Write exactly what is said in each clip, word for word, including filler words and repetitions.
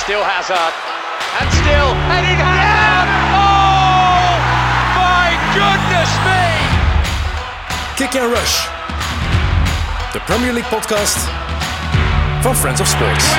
Still Hazard. And still heading Hazard! Oh! My goodness me! Kick and Rush. De Premier League podcast van Friends of Sports.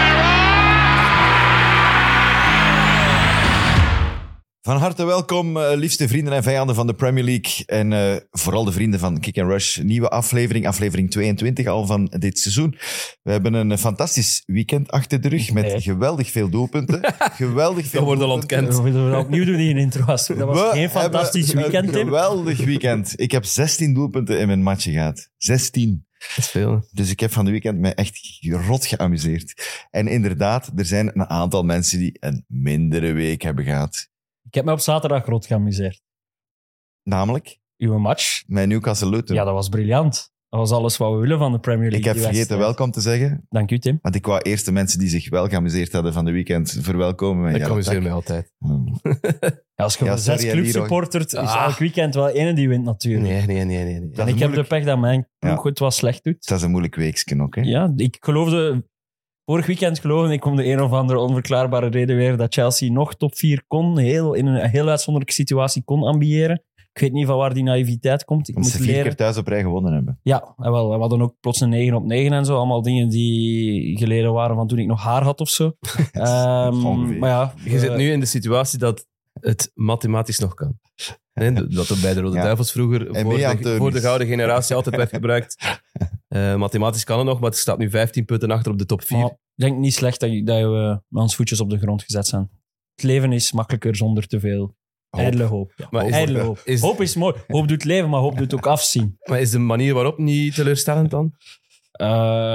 Van harte welkom, uh, liefste vrienden en vijanden van de Premier League. En uh, vooral de vrienden van Kick and Rush. Nieuwe aflevering, aflevering tweeëntwintig al van dit seizoen. We hebben een fantastisch weekend achter de rug met nee. geweldig veel doelpunten. geweldig veel dat wordt al ontkend. We willen we opnieuw doen die intro. Dat was we geen fantastisch weekend, een Tim. geweldig weekend. Ik heb zestien doelpunten in mijn matchen gehad. zestien. Dat is veel. Dus ik heb van de weekend me echt rot geamuseerd. En inderdaad, er zijn een aantal mensen die een mindere week hebben gehad. Ik heb me op zaterdag rot geamuseerd. Namelijk? Uw match. Mijn Newcastle Luton. Ja, dat was briljant. Dat was alles wat we willen van de Premier League. Ik heb vergeten wedstrijd. welkom te zeggen. Dank u, Tim. Want ik wou eerst de mensen die zich wel geamuseerd hadden van de weekend verwelkomen. Ik ja, amuseer mij altijd. Hmm. Ja, als je Ja, voor zes sorry, clubs Leroy. supportert, is Ah. elk weekend wel ene die wint natuurlijk. Nee, nee, nee. nee, nee. Dat En is ik heb de moeilijk. pech dat mijn ploeg Ja. het wel slecht doet. Dat is een moeilijk weekje ook, hè? Ja, ik geloofde... Vorig weekend geloofde ik om de een of andere onverklaarbare reden weer dat Chelsea nog top vier kon, heel, in een heel uitzonderlijke situatie kon ambiëren. Ik weet niet van waar die naïviteit komt. Ik Omdat moet ze vier leren. keer thuis op rij gewonnen hebben. Ja, en wel, we hadden ook plots een negen op negen en zo. Allemaal dingen die geleden waren van toen ik nog haar had of zo. Ehm, Ongeveer. maar ja, Je zit eh, nu in de situatie dat het mathematisch nog kan. Nee, dat er bij de Rode Ja. Duivels vroeger En voor mee aan de, Teunis. voor de gouden generatie altijd werd gebruikt. Uh, mathematisch kan het nog, maar het staat nu vijftien punten achter op de top vier. maar ik denk niet slecht dat, je- dat we met ons voetjes op de grond gezet zijn. Het leven is makkelijker zonder te veel ijdele hoop. Ja. Maar is- Ijdele hoop. is- Hoop is mooi. Hoop doet leven, maar hoop doet ook afzien. Maar is de manier waarop niet teleurstellend dan? Eh,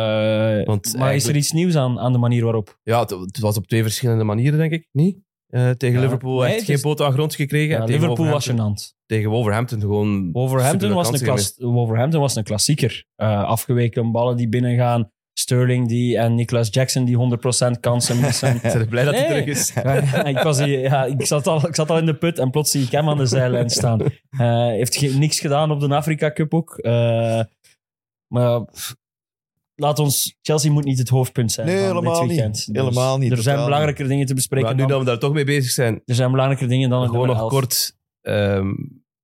Want maar is er eigenlijk- iets nieuws aan, aan de manier waarop? Ja, het, het was op twee verschillende manieren, denk ik. Niet? Uh, tegen Ja. Liverpool Nee, echt het geen is- poot aan grond gekregen. Ja, en tegen Liverpool was Wolverhampton, gênant. tegen Wolverhampton gewoon... Wolverhampton was, een superkansen klas, Wolverhampton was een klassieker. Uh, afgeweken ballen die binnengaan. Sterling die, en Nicolas Jackson die honderd procent kansen missen. Zijn er blij dat hij Nee. terug is? Ja, ja, ik, was hier, ja, ik, zat al, ik zat al in de put en plots zie ik hem aan de zijlijn staan. Hij heeft ge- niks gedaan op de Afrika Cup ook. Uh, maar pff, laat ons... Chelsea moet niet het hoofdpunt zijn Nee, van helemaal dit niet. weekend. Dus Helemaal niet, Er zijn totaal belangrijker dingen te bespreken Maar nu dan... dat we daar toch mee bezig zijn, Er zijn belangrijker dingen dan... het gewoon nog nummer elf. kort. ehm,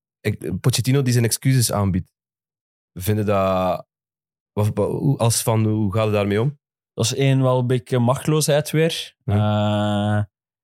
ik- Pochettino die zijn excuses aanbiedt. We vinden dat... Wat, wat- hoe- als van, hoe gaat het daarmee om? Dat is één wel een beetje machteloosheid weer. Uh,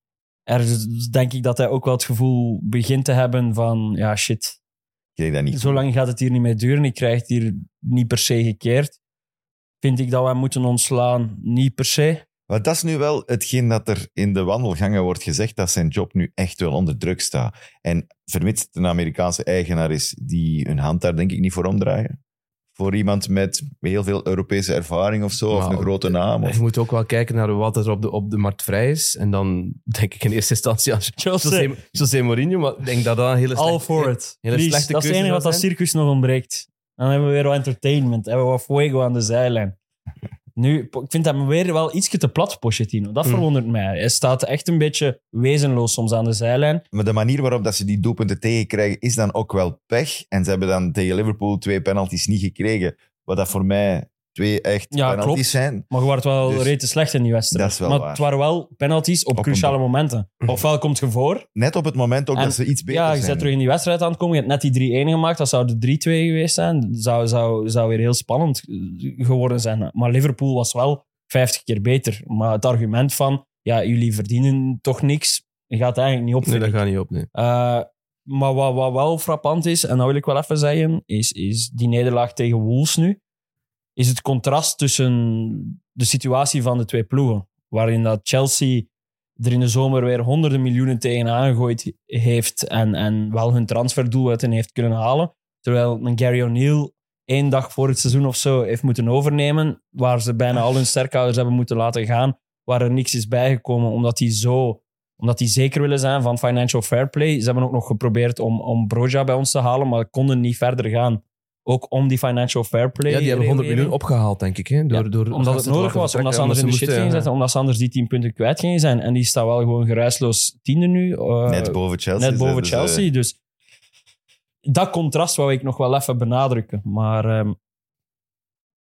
ergens denk ik dat hij ook wel het gevoel begint te hebben van... Ja, shit, Ik kreeg dat niet. zo lang gaat het hier niet meer duren. Ik krijg het hier niet per se gekeerd. Vind ik dat wij moeten ontslaan? Niet per se. Maar dat is nu wel hetgeen dat er in de wandelgangen wordt gezegd, dat zijn job nu echt wel onder druk staat. En vermits het een Amerikaanse eigenaar is die hun hand daar denk ik niet voor omdraaien. Voor iemand met heel veel Europese ervaring of zo, of Nou, een grote naam. Of... Je moet ook wel kijken naar wat er op de, op de markt vrij is. En dan denk ik in eerste instantie aan Jose. José, José Mourinho, maar ik denk dat dat een hele All slechte... for it. hele Please, slechte dat is het keuze enige wat zou dat zijn. circus nog ontbreekt. Dan hebben we weer wat entertainment. Hebben we wat fuego aan de zijlijn. Nu, ik vind hem weer wel ietsje te plat, Pochettino. Dat Mm. verwondert mij. Hij staat echt een beetje wezenloos soms aan de zijlijn. Maar de manier waarop dat ze die doelpunten tegenkrijgen, is dan ook wel pech. En ze hebben dan tegen Liverpool twee penalties niet gekregen. Wat dat voor mij twee echt Ja, penalties klopt. zijn. Maar je wordt wel Dus- rete slecht in die wedstrijd. Dat is wel maar waar. het waren wel penalties op, Op cruciale een- momenten. Ofwel komt je voor. Net op het moment ook En- dat ze iets beter Ja, je zijn. bent terug in die wedstrijd aan het komen. Je hebt net die drie een gemaakt. Dat zou de drie twee geweest zijn. Dat zou, zou, zou weer heel spannend geworden zijn. Maar Liverpool was wel vijftig keer beter. Maar het argument van, ja, jullie verdienen toch niks, gaat eigenlijk niet op. Nee, vind dat ik. gaat niet op, nee. Uh, maar wat, wat wel frappant is, en dat wil ik wel even zeggen, is, is die nederlaag tegen Wolves nu, is het contrast tussen de situatie van de twee ploegen. Waarin dat Chelsea er in de zomer weer honderden miljoenen tegenaan gegooid heeft en, en wel hun transferdoelwitten heeft kunnen halen. Terwijl een Gary O'Neill één dag voor het seizoen of zo heeft moeten overnemen, waar ze bijna al hun sterkhouders hebben moeten laten gaan, waar er niks is bijgekomen, omdat die zo... Omdat die zeker willen zijn van financial fair play. Ze hebben ook nog geprobeerd om, om Broja bij ons te halen, maar konden niet verder gaan. Ook om die financial fair play. Ja, die hebben honderd regelgeving. miljoen opgehaald, denk ik. Hè? Door, Ja, door omdat het nodig was, omdat ze anders in de shit gingen zetten, omdat ze anders die tien punten kwijt gingen zijn. En die staat wel gewoon geruisloos tiende nu. Uh, Net boven Chelsea. Net boven zeiden ze. Chelsea. Dus dat contrast wou ik nog wel even benadrukken. Maar um,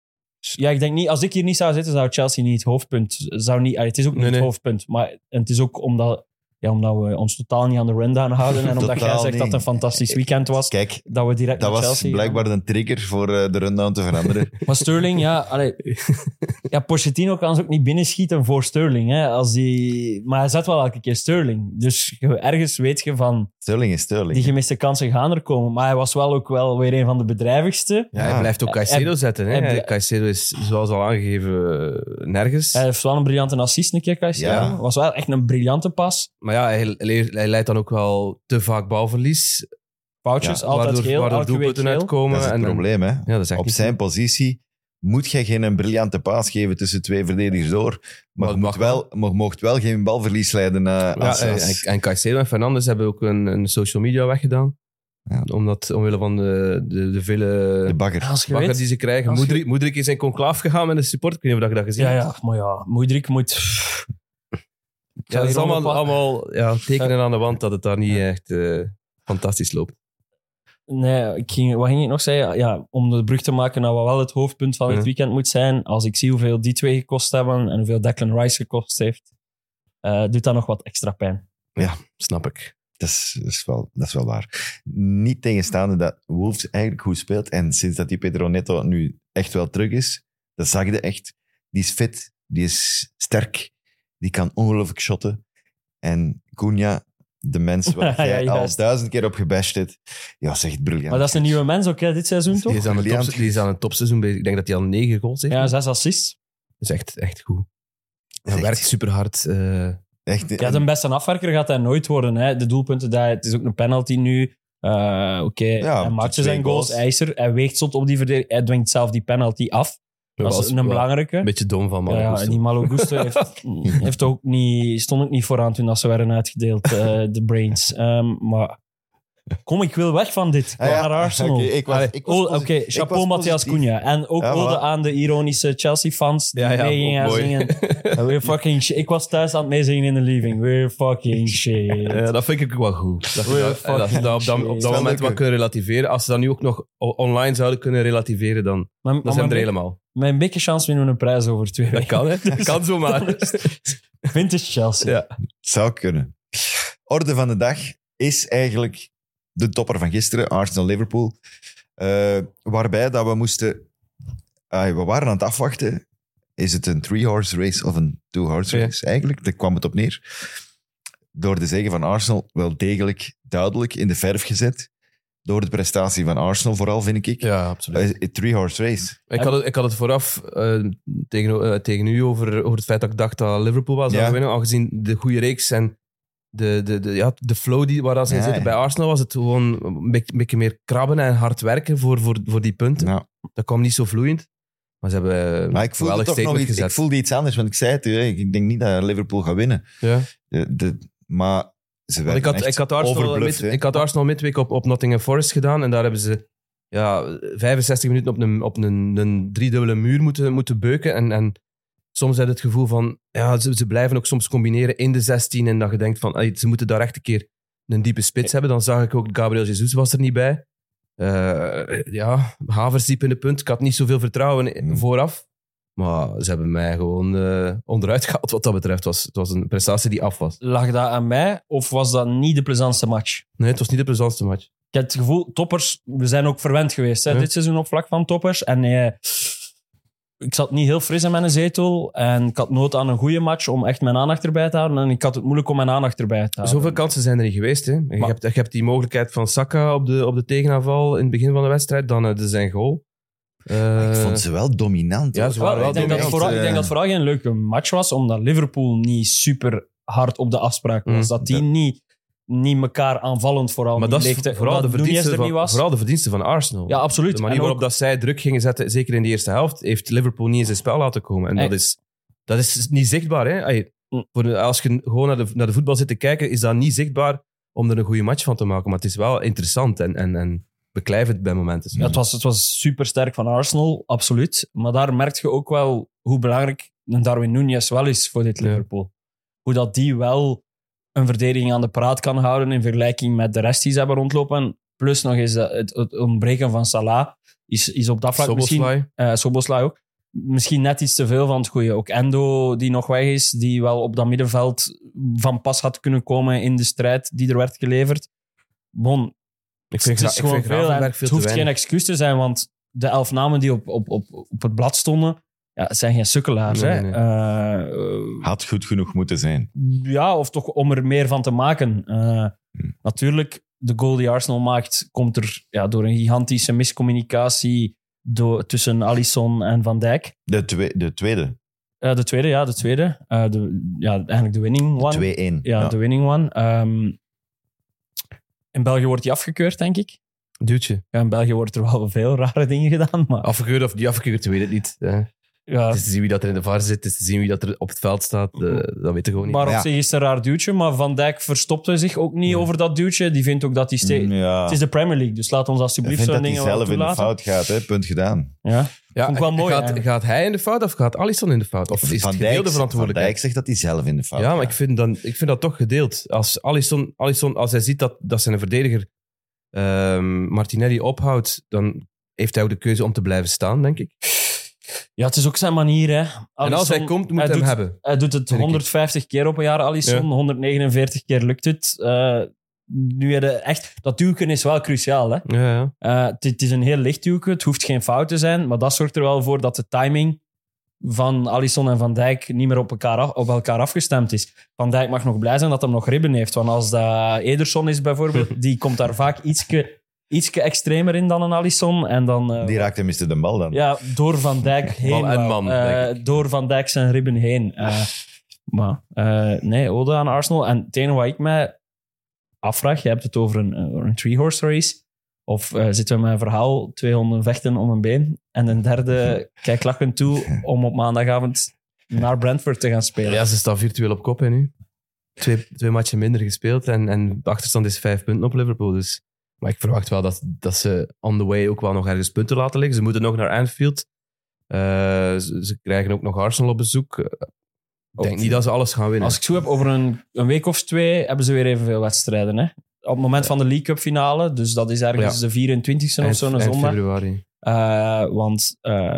Ja, ik denk niet... Als ik hier niet zou zitten, zou Chelsea niet het hoofdpunt... Zou niet, het is ook niet Nee, het nee. hoofdpunt. Maar het is ook omdat, ja, omdat we ons totaal niet aan de rundown houden. En omdat jij Totaal zegt niet. dat het een fantastisch weekend was. Kijk, Dat we direct dat naar was Chelsea blijkbaar een trigger voor uh, de rundown te veranderen. Maar Sterling, ja... Allee, ja, Pochettino kan ze ook niet binnenschieten voor Sterling. Hè, als die, maar hij zet wel elke keer Sterling. Dus je- ergens weet je van... Sterling is Sterling. Die gemiste kansen gaan er komen. Maar hij was wel ook wel weer een van de bedrijvigste. Ja, hij blijft ook Caicedo hij- zetten. Hè. hij- Caicedo is, zoals al aangegeven, eh, nergens. Hij heeft wel een briljante assist een keer, Caicedo. Ja. Was wel echt een briljante pas. Maar ja, hij, hij, hij leidt dan ook wel te vaak balverlies. Foutjes, Ja, altijd waardoor geel, waardoor elke week doelpunten geel. uitkomen. Dat is het en, probleem, hè. Ja, dat is echt Op niet zijn goed. positie moet je geen briljante paas geven tussen twee verdedigers door. Maar Maar je het moet mag wel, maar je mocht wel geen balverlies leiden. Uh, Ja, als, en, als- en Caicedo en Fernandes hebben ook een, een social media weggedaan. Ja. Omdat, omwille van de, de, de vele de bagger. Als je bakken weet... die ze krijgen. als je- Moedrik, Moedrik is in conclaaf gegaan met de support. Ik weet niet of je dat gezien Ja, hebt. ja, maar ja, Moedrik moet... Ja, dat is Hierom allemaal, op- allemaal ja, tekenen aan de wand dat het daar niet echt eh, fantastisch loopt. Nee, ik ging, wat ging ik nog zeggen? Ja, om de brug te maken naar wat wel het hoofdpunt van het Ja. weekend moet zijn. Als ik zie hoeveel die twee gekost hebben en hoeveel Declan Rice gekost heeft, uh, doet dat nog wat extra pijn. Snap ik. Dat is, dat, is wel, dat is wel waar. Niet tegenstaande dat Wolves eigenlijk goed speelt. En sinds dat die Pedro Neto nu echt wel terug is, dat zag je echt. Die is fit, die is sterk, die kan ongelooflijk shotten. En Cunha, de mens waar Ja, jij al juist. duizend keer op gebashed hebt, ja, dat is echt briljant. Maar dat is een nieuwe mens ook, hè, dit seizoen toch? Die is, aan een Briljant. top, die is aan een topseizoen bezig. Ik denk dat hij al negen goals heeft. Ja, zes assists. Dat is echt, echt goed. Hij Echt. werkt super hard. Echt, Ja, de beste afwerker gaat hij nooit worden. Hè. De doelpunten, dat, het is ook een penalty nu. Uh, Oké, Ja, hij maakt twee zijn goals. goals. Hij is er. Hij weegt zot op die verdediging. Hij dwingt zelf die penalty af. Dat is een belangrijke. Een beetje dom van Ja, ja, Malo en die Malo Gusto heeft, heeft ook niet, stond ook niet vooraan toen dat ze werden uitgedeeld, uh, de brains. Um, maar kom, ik wil weg van dit. Ik Ah, wil ja. naar Arsenal. Oké, ik was- Allee, ik was oh, posi- Oké, ik chapeau was Matthias positief. Cunha. En ook Ja, ode voilà. aan de ironische Chelsea-fans die Ja, ja, mee gingen ook mooi. zingen. En we're fucking shit. Ik was thuis aan het meezingen in de living. We're fucking shit. Ja, dat vind ik ook wel goed. Dat, je We're dat, dat, dat, fucking op dat, op shit. dat moment leuk, wat hè? kunnen relativeren. Als ze dat nu ook nog o- online zouden kunnen relativeren, dan, Maar, dan maar zijn we er met, helemaal. met een beetje chance winnen we een prijs over twee Dat weken. kan, hè? Dat kan zomaar. Vintage Chelsea. Ja. Zou kunnen. Orde van de dag is eigenlijk de topper van gisteren, Arsenal-Liverpool. Uh, waarbij dat we moesten... Uh, we waren aan het afwachten. Is het een three-horse race of een two-horse Ja. race? Eigenlijk, daar kwam het op neer. Door de zege van Arsenal wel degelijk duidelijk in de verf gezet. Door de prestatie van Arsenal vooral, vind ik. Ja, absoluut. Uh, three-horse race. Ik had het, ik had het vooraf eh, tegen, eh, tegen u over, over het feit dat ik dacht dat Liverpool was zou Ja. winnen. Aangezien de goede reeks en de, de, de, ja, de flow die, waar ze in Ja, zitten ja. bij Arsenal, was het gewoon een beetje, een beetje meer krabben en hard werken voor, voor, voor die punten. Nou, Dat kwam niet zo vloeiend. Maar ze hebben maar ik voelde wel een toch nog statement iets, ik gezet. voelde iets anders, want ik zei het u, hè, ik denk niet dat Liverpool gaat winnen. Ja. De, de, maar ze Want werden ik, had, echt ik, had Arsenal overbluft, mid- hè. ik had Arsenal midweek op, op Nottingham Forest gedaan en daar hebben ze ja, vijfenzestig minuten op een, op een, een driedubbele muur moeten, moeten beuken. En, en soms heb je het gevoel van, ja, ze, ze blijven ook soms combineren in de zestien en dat je denkt van, ay, ze moeten daar echt een keer een diepe spits hebben. Dan zag ik ook, Gabriel Jesus was er niet bij. Uh, ja, Havertz diep in de punt. Ik had niet zoveel vertrouwen Hmm. vooraf. Maar ze hebben mij gewoon uh, onderuit gehaald wat dat betreft. Het was, het was een prestatie die af was. Lag dat aan mij of was dat niet de plezantste match? Nee, het was niet de plezantste match. Ik heb het gevoel, toppers, we zijn ook verwend geweest hè, Ja. dit seizoen op vlak van toppers. En eh, ik zat niet heel fris in mijn zetel. En ik had nood aan een goede match om echt mijn aandacht erbij te houden. En ik had het moeilijk om mijn aandacht erbij te houden. Zoveel kansen zijn er niet geweest. Hè. Je, Maar- hebt, je hebt die mogelijkheid van Saka op de, op de tegenaanval in het begin van de wedstrijd. Dan uh, de zijn goal. Uh, Ik vond ze wel dominant. ja, hoor. ze Wel, waren wel ik, denk dat het echt, vooral, ik denk eh, dat het vooral geen leuke match was, omdat Liverpool niet super hard op de afspraak was. Mm, dat die niet, niet elkaar aanvallend vooral maar niet dat is leegte- vooral de, omdat Nunez verdienste er van, niet was. vooral de verdienste van Arsenal. Ja, absoluut. De manier En waarop ook- dat zij druk gingen zetten, zeker in de eerste helft, heeft Liverpool niet in zijn spel laten komen. En Hey. dat, is, dat is niet zichtbaar. Hè? Ay, Mm. voor de- als je gewoon naar de, naar de voetbal zit te kijken, is dat niet zichtbaar om er een goede match van te maken. Maar het is wel interessant en, en, en beklijvend bij momenten. Ja, het was, het was super sterk van Arsenal, absoluut. Maar daar merk je ook wel hoe belangrijk een Darwin Nunez wel is voor dit Ja. Liverpool. Hoe dat die wel een verdediging aan de praat kan houden in vergelijking met de rest die ze hebben rondlopen. Plus nog eens dat het, het ontbreken van Salah is, is op dat vlak Szoboszlai. misschien... Uh, Szoboszlai ook. misschien net iets te veel van het goede. Ook Endo, die nog weg is, die wel op dat middenveld van pas had kunnen komen in de strijd die er werd geleverd. Bon, Ik vind, het is Gra- ik gewoon vind veel. En Gravenberg het veel te hoeft geen weinig. excuus te zijn, want de elf namen die op, op, op, op het blad stonden, ja, het zijn geen sukkelaars. Nee, hè. nee. Eh, eh, Had goed genoeg moeten zijn. ja, of toch om er meer van te maken. Uh, natuurlijk, de goal die Arsenal maakt, komt er ja, door een gigantische miscommunicatie door, tussen Alisson en Van Dijk. De, twe- de tweede, Uh, de tweede, ja, de tweede. Uh, de, ja, eigenlijk de winning one. twee-één. Ja, Ja. de winning one. Um, in België wordt die afgekeurd, denk ik. Duwtje. Ja, in België wordt er wel veel rare dingen gedaan, maar... Afgekeurd of niet afgekeurd, weet het niet. Eh, Ja, Het is te zien wie dat er in de V A R zit, het is te zien wie dat er op het veld staat. eh, dat weten we gewoon niet. maar op Ja. zich is het een raar duwtje, maar Van Dijk verstopte zich ook niet over dat duwtje. Die vindt ook dat hij... ste- Mm, Ja. Het is de Premier League, dus laat ons Ik alsjeblieft vind zo'n dat hij dingen wel zelf in de toelaten. fout gaat. Hè. Punt gedaan. Ja. Ja, Vond ik wel mooi, gaat, eigenlijk. gaat hij in de fout of gaat Alisson in de fout? Of is het Van gedeelde Dijk, Van verantwoordelijkheid? Dijk zegt dat hij zelf in de fout Ja, maar gaat. ik vind, dan, ik vind dat toch gedeeld. Als Alisson, Alisson als hij ziet dat, dat zijn verdediger ehm, Martinelli ophoudt, dan heeft hij ook de keuze om te blijven staan, denk ik. Ja, het is ook zijn manier, hè. En als Alisson, hij komt, moet hij hij hem doet- hebben. Hij doet het Vind ik. honderdvijftig keer op een jaar, Alisson. Ja. honderdnegenenveertig keer lukt het. Uh, nu je echt... Dat duwken is wel cruciaal, hè. Ja, ja. Uh, het, het is een heel licht duwken. Het hoeft geen fout te zijn. Maar dat zorgt er wel voor dat de timing van Alisson en Van Dijk niet meer op elkaar, af, op elkaar afgestemd is. Van Dijk mag nog blij zijn dat hij nog ribben heeft. Want als dat Ederson is bijvoorbeeld, die komt daar vaak ietske, ietske extremer in dan een Alisson. En dan... uh, Die raakt tenminste de bal dan. Ja, door Van Dijk heen. Bal en wel. man, Eh, denk ik. door Van Dijk zijn ribben heen. Eh, maar uh, nee, ode aan Arsenal. En het enige wat ik mij afvraag, je hebt het over een, een three-horse race. Of uh, zitten we met een verhaal, twee honden vechten om een been. En een derde kijkt lachend toe om op maandagavond naar Brentford te gaan spelen. Ja, ze staan virtueel op kop hè, nu. Twee, twee matchen minder gespeeld en, en de achterstand is vijf punten op Liverpool. Dus. Maar ik verwacht wel dat, dat ze on the way ook wel nog ergens punten laten liggen. Ze moeten nog naar Anfield. Uh, ze, ze krijgen ook nog Arsenal op bezoek. Uh, ik denk niet dat ze alles gaan winnen. Als ik zo heb, over een, een week of twee hebben ze weer evenveel wedstrijden. Hè? Op het moment van de League Cup finale, dus dat is ergens Ja. de vierentwintigste of eind, zo, een eind zondag. februari. Uh, want uh,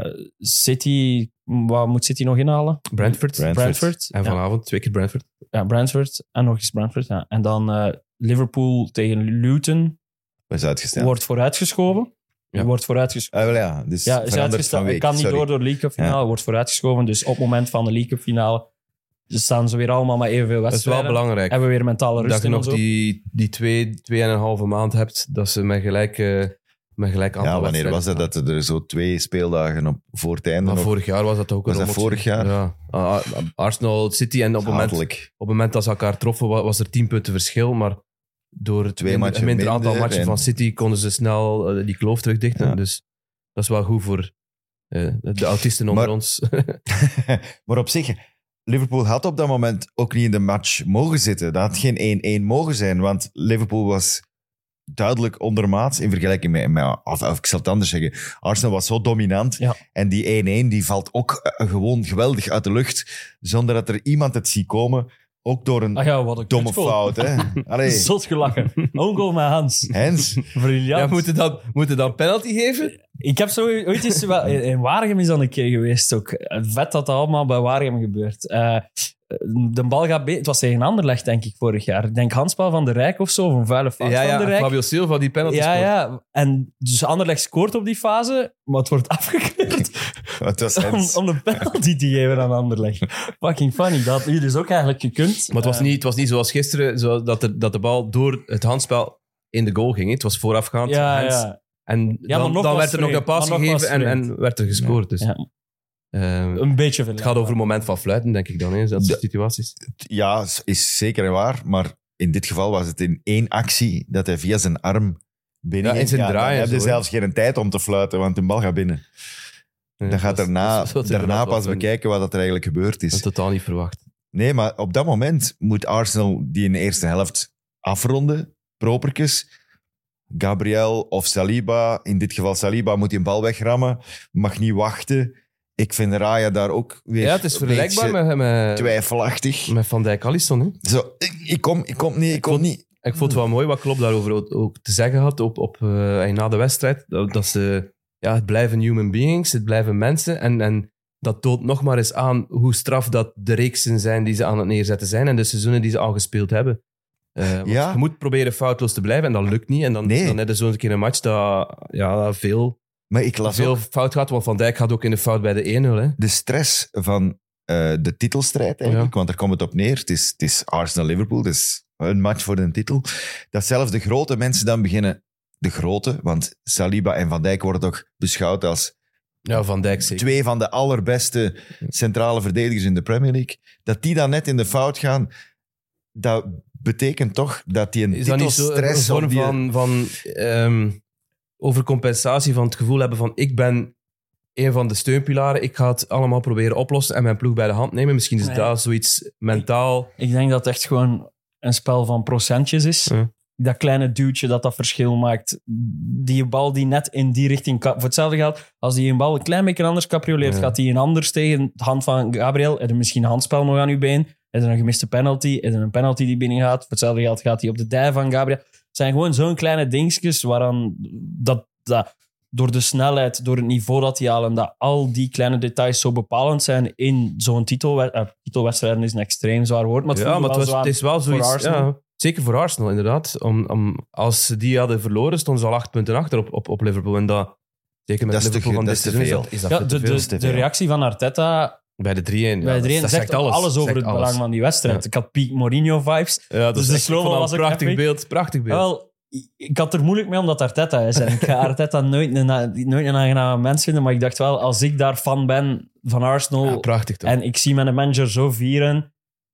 City, wat moet City nog inhalen? Brentford. Brentford. Brentford. En ja. vanavond twee keer Brentford. Ja, Brentford. En nog eens Brentford. Ja. En dan uh, Liverpool tegen Luton Dat is uitgesteld. wordt vooruitgeschoven. Ja. Wordt vooruitgeschoven. Ah, wel ja, dus Ja, is veranderd uitgesteld. van Het week. kan niet Sorry. door door de League Cup finale. Ja. Wordt vooruitgeschoven. Dus op het moment van de League Cup finale staan ze weer allemaal met evenveel Dat is wedstrijden. wel belangrijk. Hebben we weer mentale rust Dat je in nog en zo. die, die twee, twee en een halve maand hebt, dat ze met gelijk, uh, met gelijk aantal Ja, wanneer was wedstrijden dat? Dat er zo twee speeldagen op, voor het einde Maar nog... vorig jaar was dat ook Was een dat rommeltje. vorig jaar? Ja. Ah, ah, Arsenal, City en op het, moment, op Hatelijk. het moment dat ze elkaar troffen wa- was er tien punten verschil, maar door het Twee minder, matchen minder aantal minder matchen en- van City konden ze snel uh, die kloof terugdichten. Ja. Dus dat is wel goed voor uh, de autisten onder Maar- ons. Maar op zich, Liverpool had op dat moment ook niet in de match mogen zitten. Dat had geen één-één mogen zijn, want Liverpool was duidelijk ondermaats in vergelijking met... met of, of ik zal het anders zeggen. Arsenal was zo dominant. Ja. En die één-één die valt ook uh, gewoon geweldig uit de lucht, zonder dat er iemand het ziet komen. Ook door een Ah ja, wat een domme kutgoal. fout. Hè? Allee, Zot gelachen. Own goal met Hans. Hens. Briljant. Ja, moeten dan, moeten dan penalty geven? Ik heb zo ooit eens... wel- In in Waregem is dat een keer geweest ook. Vet dat dat allemaal bij Waregem gebeurt. Eh, de bal gaat... be- Het was tegen Anderlecht, denk ik, vorig jaar. Ik denk handspel van de Rijk of zo, of een vuile fout Ja, van de ja, Rijk. Fabio Silva die penalty Ja, scoort. ja. En dus Anderlecht scoort op die fase, maar het wordt afgekeurd Het was om, Hens. om een penalty te geven aan Anderlecht. Fucking funny. Dat had hier dus ook eigenlijk gekund. Maar het was, Eh, niet, het was niet zoals gisteren, zo dat, de, dat de bal door het handspel in de goal ging. hè. Het was voorafgaand. Ja, hands. ja. En Ja, maar dan, nog dan was werd er nog vreemd. een paas Maar nog was gegeven en, vreemd. en werd er gescoord. Dus, Ja. eh, Een beetje veel. het gaat over een moment van fluiten, denk ik dan, in dat soort De- situaties. Ja, is zeker en waar. Maar in dit geval was het in één actie dat hij via zijn arm binnen Ja, in zijn draai en Dan heb je zo, hè. zelfs geen tijd om te fluiten, want de bal gaat binnen. Ja, Dan gaat dat is- daarna, dat is- dat is daarna inderdaad pas wel fun. bekijken wat er eigenlijk gebeurd Dat is is. totaal niet verwacht. Nee, maar op dat moment moet Arsenal die in de eerste helft afronden, propertjes. Gabriel of Saliba, in dit geval Saliba, moet die een bal wegrammen, mag niet wachten. Ik vind Raya daar ook weer Ja, het is een vergelijkbaar beetje met, met, twijfelachtig. met Van Dijk Alisson. Hè? Zo, ik, ik kom, ik kom niet, ik kom niet. Ik vond het wel mooi wat Klopp daarover ook, ook te zeggen had op, op, uh, na de wedstrijd. Dat, dat ze, ja, het blijven human beings, het blijven mensen. En, en dat toont nog maar eens aan hoe straf dat de reeksen zijn die ze aan het neerzetten zijn en de seizoenen die ze al gespeeld hebben. Uh, want Ja. Je moet proberen foutloos te blijven en dat lukt niet. En dan, Nee. dan heb je zo'n keer een match dat ja, veel, Maar ik las veel ook fout gaat. Want Van Dijk gaat ook in de fout bij de één nul. Hè. de stress van eh, de titelstrijd eigenlijk, want daar komt het op neer. Het is, het is Arsenal-Liverpool, het is een match voor de titel. Dat zelfs de grote mensen dan beginnen, de grote, want Saliba en Van Dijk worden toch beschouwd als Ja, Van Dijk zeker. twee van de allerbeste centrale verdedigers in de Premier League, dat die dan net in de fout gaan, dat betekent toch dat die een Is dat niet zo een titelstress vorm op die... van, van ehm, overcompensatie, van het gevoel hebben van ik ben een van de steunpilaren, ik ga het allemaal proberen oplossen en mijn ploeg bij de hand nemen. Misschien is Nee. dat zoiets mentaal. Ik denk dat het echt gewoon een spel van procentjes is. Ja. Dat kleine duwtje dat dat verschil maakt. Die bal die net in die richting... Voor hetzelfde geld, als die een bal een klein beetje anders caprioleert, Ja. gaat die een anders tegen de hand van Gabriel. Heb je misschien een handspel nog aan je been? Heb je een gemiste penalty? Heb je een penalty die binnen gaat? Voor hetzelfde geld gaat hij op de dij van Gabriel. Het zijn gewoon zo'n kleine dingetjes waaraan dat, dat door de snelheid, door het niveau dat die halen, dat al die kleine details zo bepalend zijn in zo'n titelwedstrijd. Uh, titelwedstrijden is een extreem zwaar woord, maar het, Ja, voelde maar het, wel was, zo het is wel voor zoiets... Arsenal. Ja, zeker voor Arsenal, inderdaad. Om, om, als ze die hadden verloren, stonden ze al acht punten achter op, op, op Liverpool. En dat, zeker met Dat is te Liverpool ge- van dat dit is te seizoen, is veel. dat, is dat Ja, veel de, te veel. de, te de veel. reactie van Arteta Bij de drie één. bij ja, de drie dat zegt alles, alles. over Zegt het alles. belang van die wedstrijd. Ja. Ik had Piek Mourinho-vibes. Ja, dat Dus is de echt slow-mo van was een ook prachtig epic. beeld. Prachtig beeld. Wel, ik had er moeilijk mee omdat Arteta is. En ik ga Arteta nooit een, nooit een aangename mens vinden, maar ik dacht wel, als ik daar fan ben van Arsenal Ja, prachtig toch? en ik zie mijn manager zo vieren,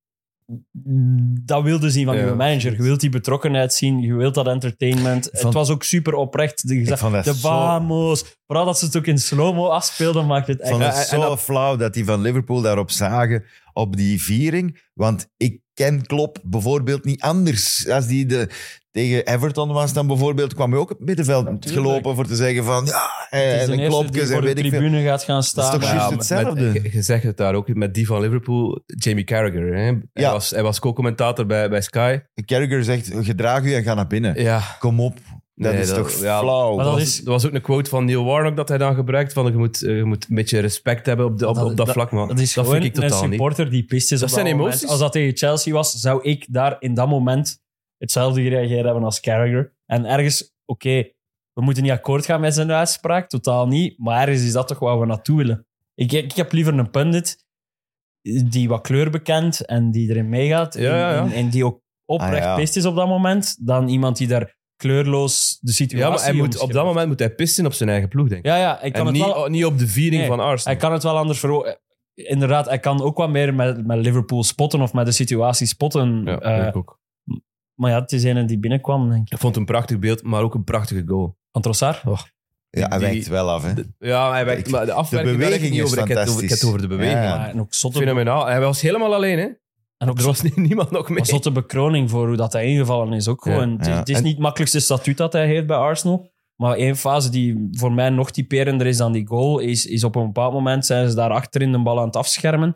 dat wilde zien van Ja, je manager. Je absoluut. wilt die betrokkenheid zien, je wilt dat entertainment. Van- Het was ook super oprecht. De, Ik vond dat de zo- vamos. Vooral dat ze het ook in slow-mo afspeelden, maakt het Ik echt... vond het Ja, en zo dat- flauw dat die van Liverpool daarop zagen, op die viering. Want ik ken Klopp bijvoorbeeld niet anders. Als die de, tegen Everton was dan bijvoorbeeld, kwam hij ook op het middenveld Natuurlijk. gelopen voor te zeggen van ja, Het is en de een eerste die klopjes voor en de weet ik veel. tribune gaat gaan is staan. toch Ja, juist maar- hetzelfde? Met, je, je zegt het daar ook, met die van Liverpool, Jamie Carragher. Hè? Hij, Ja. was, hij was co-commentator bij, bij Sky. Carragher zegt, gedraag u en ga naar binnen. Ja. Kom op. Dat Nee, is dat- toch ja, flauw. Maar Dat dat was, is- er was ook een quote van Neil Warnock dat hij dan gebruikt. Van, je, moet, eh, je moet een beetje respect hebben op, de, op, Dat- op dat, dat- vlak. Maar Dat is dat gewoon vind ik een totaal niet. supporter die pist is Dat op zijn dat moment. emoties. Als dat tegen Chelsea was, zou ik daar in dat moment hetzelfde gereageerd hebben als Carragher. En ergens, oké, we moeten niet akkoord gaan met zijn uitspraak, totaal niet. Maar ergens is dat toch waar we naartoe willen. Ik, ik heb liever een pundit die wat kleur bekent en die erin meegaat. Ja, ja, ja. En, en die ook oprecht Ah, ja. pist is op dat moment, dan iemand die daar kleurloos de situatie... Ja, maar hij moet, op omschrijft. dat moment moet hij pissen op zijn eigen ploeg, denk ik. Ja, ja, ik kan En het niet, wel... niet op de viering Nee, van Arsenal. Hij kan het wel anders verwoorden. Inderdaad, hij kan ook wat meer met, met Liverpool spotten of met de situatie spotten. Ja, Eh, denk ik ook. maar ja, het is een die binnenkwam, denk ik. Ik vond het een prachtig beeld, maar ook een prachtige goal. Van Trossard? Ja, hij die- wijkt wel af. Hè. De- ja, hij werkt, Ik- maar de afwerking daar heb ik beweging niet is over. Ik heb het over, ik heb het over de fantastisch. beweging. Ja, Ja, en ook zotte, Fenomenaal. Hij was helemaal alleen, hè? en ook Er was zotte, nie- niemand nog mee. maar zotte bekroning voor hoe dat hij ingevallen is. Ook Ja, gewoon. Het is, ja. het is En- niet het makkelijkste statuut dat hij heeft bij Arsenal. Maar één fase die voor mij nog typerender is dan die goal, is, is op een bepaald moment zijn ze daar achterin de bal aan het afschermen.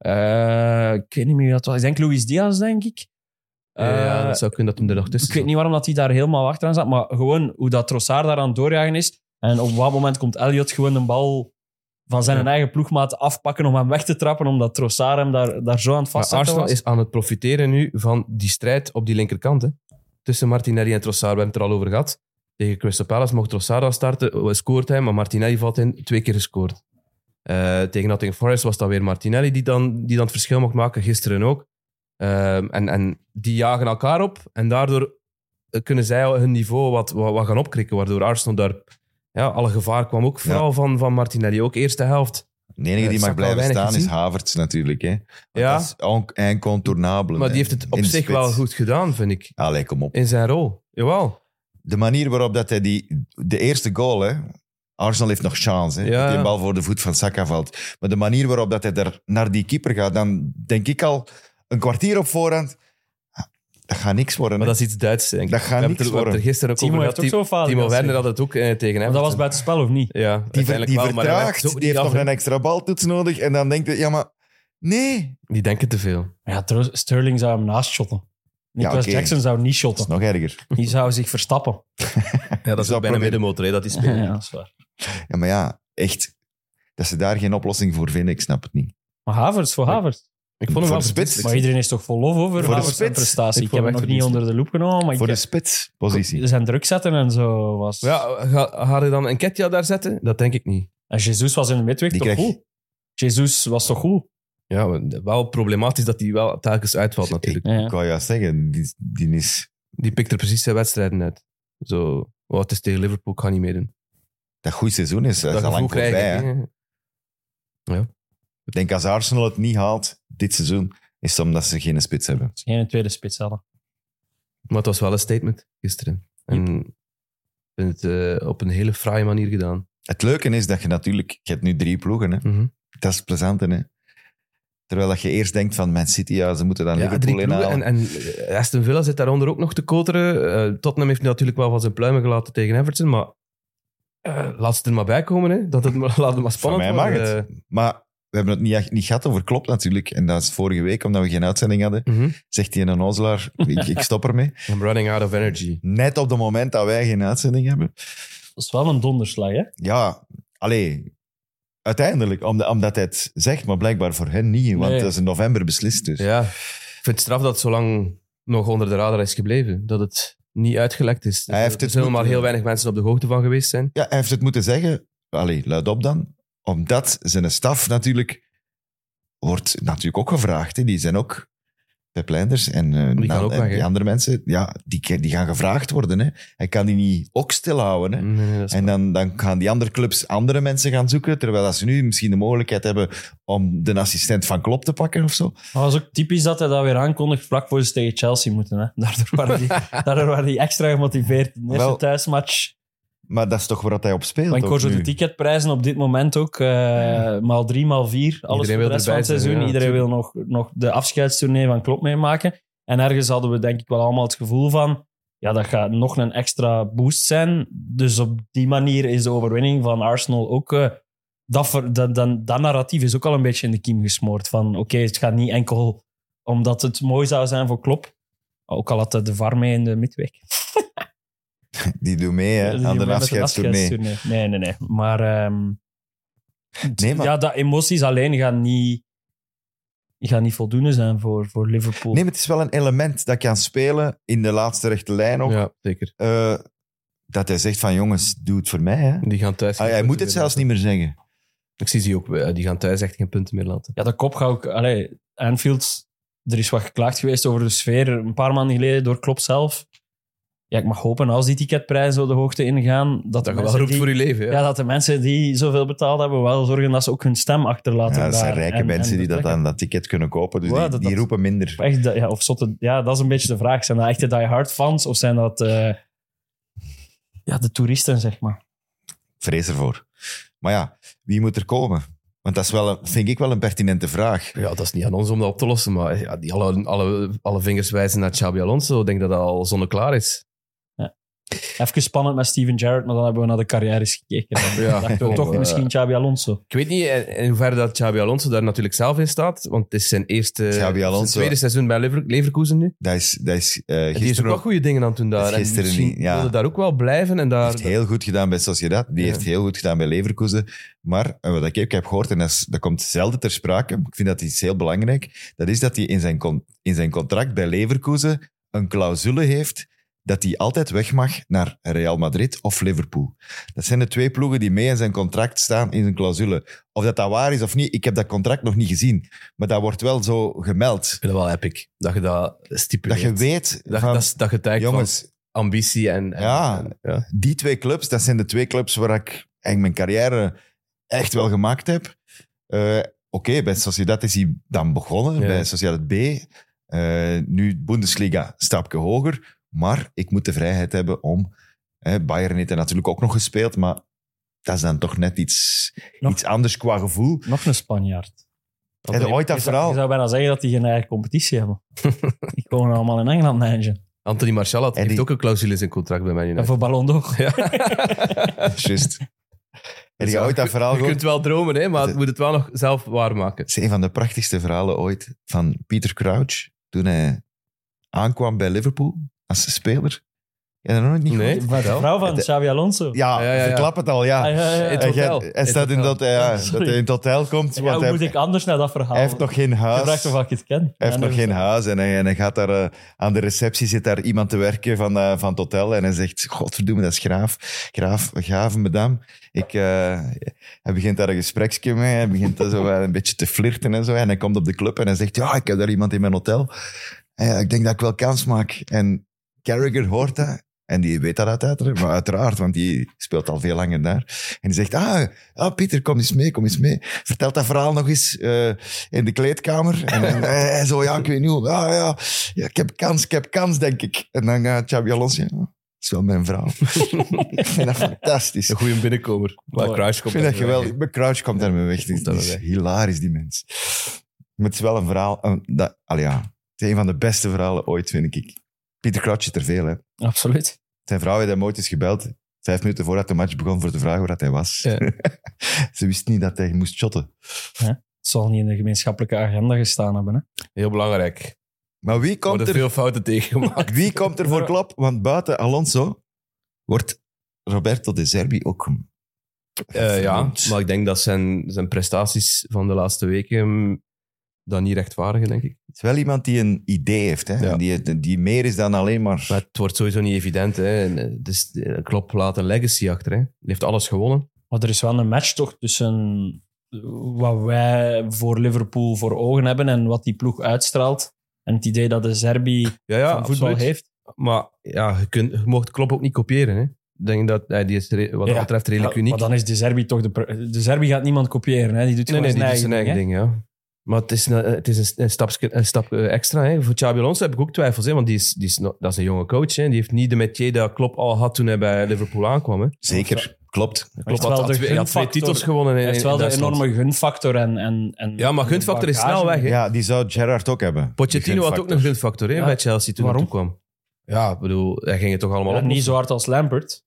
Eh, ik weet niet meer wie dat was. Ik denk Luis Diaz, denk ik. ja, Eh, dat zou kunnen dat hem er nog tussen Ik weet zat. niet waarom dat hij daar helemaal achteraan zat, maar gewoon hoe dat Trossard daar aan het doorjagen is. En op wat moment komt Elliot gewoon de bal van zijn Ja. eigen ploegmaat afpakken om hem weg te trappen, omdat Trossard hem daar, daar zo aan het Maar vastzetten Arsenal was. is aan het profiteren nu van die strijd op die linkerkant. Hè? Tussen Martinelli en Trossard. We hebben het er al over gehad. Tegen Crystal Palace mocht Trossard al starten. Scoort hij, maar Martinelli valt in. Twee keer gescoord. Eh, tegen Nottingham Forest was dat weer Martinelli die dan, die dan het verschil mocht maken. Gisteren ook. Ehm, en, en die jagen elkaar op. En daardoor kunnen zij hun niveau wat, wat, wat gaan opkrikken. Waardoor Arsenal daar... Ja, alle gevaar kwam ook vooral van, van Martinelli. Ook eerste helft. De enige die Ja, mag Saka blijven weinig staan is gezien. Havertz natuurlijk. Hè. Want Ja. Dat is on- incontournabel. Maar hè, die heeft het op in de zich spits. wel goed gedaan, vind ik. Allee, kom op. In zijn rol. Jawel. De manier waarop dat hij die... De eerste goal, hè. Arsenal heeft nog chance, hè. Ja, Dat die ja. bal voor de voet van Saka valt. Maar de manier waarop dat hij daar naar die keeper gaat, dan denk ik al een kwartier op voorhand... Dat gaat niks worden. Maar hè. dat is iets Duits, denk ik. Dat gaat We hebben niks het er- we hebben het er gisteren ook Timo over heeft gehad. ook zo'n fase Timo gehad, Werner zeg. had het ook eh, tegen hem. Maar dat was buiten spel, of niet? Ja, Die, ver- uiteindelijk die wel, maar hij vertraagt, werkt ook die heeft niet nog af, een hè. extra baltoets nodig. En dan denkt hij, ja, maar... Nee. Die denken te veel. Ja, Tro- Sterling zou hem naast shotten. Nicolas oké. Jackson zou niet Dat is shotten. nog erger. Die zou zich verstappen. Ja, dat is zou ook bijna proberen. middenmotor, hè, dat die speelt. Ja, dat is waar. Ja, maar ja, echt. dat ze daar geen oplossing voor vinden, ik snap het niet. Maar Havertz, voor Havertz. Ik vond hem Voor wel de spits. verdienstelijk. Maar iedereen is toch vol lof over Voor de Havertz zijn spits. prestatie. Ik Ik, heb vond hem hem nog echt niet onder de loep genomen, maar Voor de ik, spitspositie. zijn druk zetten en zo was... Ja, ga, ga je dan een Ketja daar zetten? Dat denk ik niet. En Jesus was in de midweek Die toch krijg- goed? Jesus was toch goed? Ja, maar wel problematisch dat hij wel telkens uitvalt natuurlijk. Ja. Ik wou juist zeggen, die, die is... Die pikt er precies zijn wedstrijden uit. Zo, oh, het is tegen Liverpool, ik ga niet meedoen. Dat goed seizoen is, dat is al gevoel lang voorbij. krijg ik, Hè. hè. Ik denk als Arsenal het niet haalt dit seizoen, is het omdat ze geen spits hebben. Geen tweede spits hadden. Maar het was wel een statement gisteren. En ik vind het uh, op een hele fraaie manier gedaan. Het leuke is dat je natuurlijk... Je hebt nu drie ploegen, hè. Mm-hmm. Dat is het plezante, hè. Terwijl dat je eerst denkt van Man City, ja, ze moeten dan Ja, drie Liverpool ploegen. inhalen. En, en Aston Villa zit daaronder ook nog te koteren. Uh, Tottenham heeft natuurlijk wel van zijn pluimen gelaten tegen Everton, maar uh, laat ze er maar bij komen. Hè. Dat het, laat het maar Van spannend mij mag worden. het. Maar we hebben het niet, echt- niet gehad over Klopp natuurlijk. En dat is vorige week, omdat we geen uitzending hadden. Mm-hmm. Zegt hij in een ozelaar, ik, ik stop ermee. I'm running out of energy. Net op het moment dat wij geen uitzending hebben. Dat is wel een donderslag, hè? Ja, allee... Uiteindelijk, omdat, omdat hij het zegt, maar blijkbaar voor hen niet. Want Nee. dat is in november beslist dus. Ja, ik vind het straf dat het zo lang nog onder de radar is gebleven. Dat het niet uitgelekt is. Hij heeft er het zullen moeten- maar heel weinig mensen op de hoogte van geweest zijn. Ja, hij heeft het moeten zeggen. Allee, luid op dan. Omdat zijn staf natuurlijk... Wordt natuurlijk ook gevraagd. Hè. Die zijn ook... Pep Leinders en, eh, Die gaan na- ook en weg, hè. die andere mensen, ja, die, die gaan gevraagd worden. Hè. Hij kan die niet ook stilhouden. Hè. Nee, nee, dat is En dan, dan gaan die andere clubs andere mensen gaan zoeken, terwijl dat ze nu misschien de mogelijkheid hebben om de assistent van Klopp te pakken of zo. Maar het was ook typisch dat hij dat weer aankondigt vlak voor ze tegen Chelsea moeten. Hè? Daardoor waren die, daardoor waren die extra gemotiveerd. De eerste Wel, thuismatch. Maar dat is toch waar hij op speelt. Maar ik hoor ook zo nu. de ticketprijzen op dit moment ook. eh, maal drie, maal vier. Alles Iedereen voor de wil rest van erbij het zijn, seizoen. ja, Iedereen wil nog, nog de afscheidstournee van Klopp meemaken. En ergens hadden we denk ik wel allemaal het gevoel van... Ja, dat gaat nog een extra boost zijn. Dus op die manier is de overwinning van Arsenal ook... eh, dat, ver- dat, dat, dat narratief is ook al een beetje in de kiem gesmoord. Van oké, het gaat niet enkel omdat het mooi zou zijn voor Klopp. Ook al had de V A R mee in de midweek. Die doet mee hè, Die aan de met een afscheidstournee. afscheidstournee. Nee, nee, nee. Maar, ehm, Nee, maar- Ja, dat emoties alleen gaan niet, gaan niet voldoende zijn voor, voor Liverpool. Nee, maar het is wel een element dat kan spelen in de laatste rechte lijn ook. Ja, zeker. Eh, dat hij zegt van jongens, doe het voor mij. Hè. Die gaan thuis Ah, geen hij moet punten het meer zelfs niet laten. meer zeggen. Ik zie ze ook, eh, die gaan thuis echt geen punten meer laten. Ja, de kop gaat ook... Allee, Anfield, er is wat geklaagd geweest over de sfeer een paar maanden geleden door Klopp zelf. Ja, ik mag hopen als die ticketprijzen zo de hoogte ingaan, dat, de Dat je wel mensen roept die, voor je leven. Ja. ja, dat de mensen die zoveel betaald hebben wel zorgen dat ze ook hun stem achterlaten. Ja, dat zijn daar. rijke En- mensen en die dat vertrekken. dan dat ticket kunnen kopen. Dus Ja, die, dat- die dat- roepen minder. Echt, ja, of zotte, ja, dat is een beetje de vraag. Zijn dat echte die-hard fans of zijn dat eh, ja, de toeristen, zeg maar? Vrees ervoor. Maar ja, wie moet er komen? Want dat is wel een, vind ik wel een pertinente vraag. Ja, dat is niet aan ons om dat op te lossen, maar ja, die alle, alle, alle vingers wijzen naar Xabi Alonso. Ik denk dat dat al zonneklaar is. Even spannend met Steven Gerrard, maar dan hebben we naar de carrières gekeken. En Ja, dachten we oh, toch eh, misschien Xabi Alonso. Ik weet niet in in hoeverre dat Xabi Alonso daar natuurlijk zelf in staat, want het is zijn eerste, Xabi Alonso- zijn tweede seizoen bij Lever- Leverkusen nu. Dat is, dat is eh, En die is ook gisteren wel ook, goede dingen aan het doen daar. Dat is gisteren en misschien niet, ja. wilde daar ook wel blijven. En daar, heeft heel goed gedaan bij Sociedad. Die Ja. heeft heel goed gedaan bij Leverkusen. Maar eh, wat ik heb, ik heb gehoord, en dat, is- dat komt zelden ter sprake, ik vind dat iets heel belangrijk, dat is dat hij in zijn, con- in zijn contract bij Leverkusen een clausule heeft dat hij altijd weg mag naar Real Madrid of Liverpool. Dat zijn de twee ploegen die mee in zijn contract staan in zijn clausule. Of dat dat waar is of niet, ik heb dat contract nog niet gezien. Maar dat wordt wel zo gemeld. Ik vind dat wel epic, dat je dat stipuleert. Dat je weet Dat, van, dat, is- dat getuigt jongens, van ambitie en... en Ja. en- ja. die twee clubs, dat zijn de twee clubs waar ik eigenlijk mijn carrière echt wel gemaakt heb. Eh, Oké, bij Sociedad is hij dan begonnen, Ja. bij Sociedad B. Eh, nu Bundesliga, een stapje hoger. Maar ik moet de vrijheid hebben om... Eh, Bayern heeft er natuurlijk ook nog gespeeld, maar dat is dan toch net iets, Nog- iets anders qua gevoel. Nog een Spanjaard. Heb je ooit dat Je zou, verhaal... je zou bijna zeggen dat die geen eigen competitie hebben. Die komen allemaal in Engeland managen. Anthony Martial had, En heeft die- ook een clausule in zijn contract bij Man En United. voor Ballon d'Or. Juist. Heb Dus je ja, ooit dat verhaal Je gehoord? kunt wel dromen, hè, maar Het- het moet het wel nog zelf waarmaken. Het is een van de prachtigste verhalen ooit van Peter Crouch. Toen hij aankwam bij Liverpool als speler. Ja, dat nog niet Nee. goed. Maar de vrouw van Het- Xabi Alonso. Ja, Ja, ja, ja. verklap het al, ja. Ah, ja, ja, ja. Het En jij- hotel. Hij Het staat in hotel. dat, ja, Sorry. dat hij in het hotel komt, Ja, want hoe hij, moet ik anders naar dat verhaal? hij heeft nog geen Je huis. vraagt of ik het ken. Hij heeft Ja, nog nee, geen huis en hij, en hij gaat daar uh, aan de receptie, zit daar iemand te werken van, uh, van het hotel en hij zegt, godverdomme, dat is graaf. Graaf, gave madame. Ik, uh, hij begint daar een gespreksje mee, hij begint daar zo een beetje te flirten en zo. En hij komt op de club en hij zegt, ja, ik heb daar iemand in mijn hotel. En ja, ik denk dat ik wel kans maak. En Carragher hoort dat. En die weet dat uiteraard, maar uiteraard, want die speelt al veel langer daar. En die zegt, ah, ah Pieter, kom eens mee, kom eens mee. Vertel dat verhaal nog eens uh, in de kleedkamer. En, en hij zo, ja, ik weet niet hoe. Ah, ja, ja, ik heb kans, ik heb kans, denk ik. En dan gaat uh, Xabi Alonso, ja, dat is wel mijn vrouw. Ik vind dat fantastisch. Een goede binnenkomer. Maar Mooi. Crouch Ik komt vind dat daar weg. geweldig. Mijn Crouch komt daarmee weg. Die is, die is hilarisch, die mens. Maar het is wel een verhaal. Uh, dat, allee, ja, het is een van de beste verhalen ooit, vind ik. Pieter Crouch is er veel, hè. Absoluut. Zijn vrouw heeft hem ooit eens gebeld, vijf minuten voordat de match begon, voor te vragen waar hij was. Ja. Ze wist niet dat hij moest shotten. Het zal niet in de gemeenschappelijke agenda gestaan hebben. Hè? Heel belangrijk. Maar wie Er komt worden er, veel fouten tegengemaakt. wie komt er voor klop? Want buiten Alonso wordt Roberto De Zerbi ook hem. Eh, ja, vernoemd. maar ik denk dat zijn, zijn prestaties van de laatste weken mm, dat niet rechtvaardigen, denk ik. Het is wel iemand die een idee heeft, hè? Ja. En die, die meer is dan alleen maar... Maar het wordt sowieso niet evident. Hè. En, eh, Dus eh, Klopp laat een legacy achter. Hè. Hij heeft alles gewonnen. Maar er is wel een match toch tussen wat wij voor Liverpool voor ogen hebben en wat die ploeg uitstraalt. En het idee dat de Serbi Ja, ja, van voetbal absoluut. heeft. Maar ja, je, kunt, je mocht Klopp ook niet kopiëren. Hè. Ik denk dat hij die is re- wat dat Ja. betreft redelijk Ja, uniek. maar dan is de Serbi toch de... pro- De Serbi gaat niemand kopiëren. Hè? Die doet Nee, gewoon nee, die zijn doet eigen zijn eigen ding. hè. ding, ja. Maar het is, een, het is een, een, stapje, een stap eh, extra. Hè. Voor Xabi Alonso heb ik ook twijfels. Hè, want die is, die is, nog- dat is een jonge coach. Hè. Die heeft niet de métier dat Klopp al had toen hij bij Liverpool aankwam. Hè. Zeker, klopt. Klopt, wel had, de had twee, hij had twee gunfactor. titels gewonnen in, Hij heeft wel in de Duitsland. enorme gunfactor. En, en, en Ja, maar gunfactor is bagage. snel weg. Hè. Ja, die zou Gerrard ook hebben. Pochettino had ook een gunfactor hè, Ja. bij Chelsea toen hij Waarom? toekwam. Ja, ik bedoel, hij ging het toch allemaal Ja, op. niet zo hard als Lampert.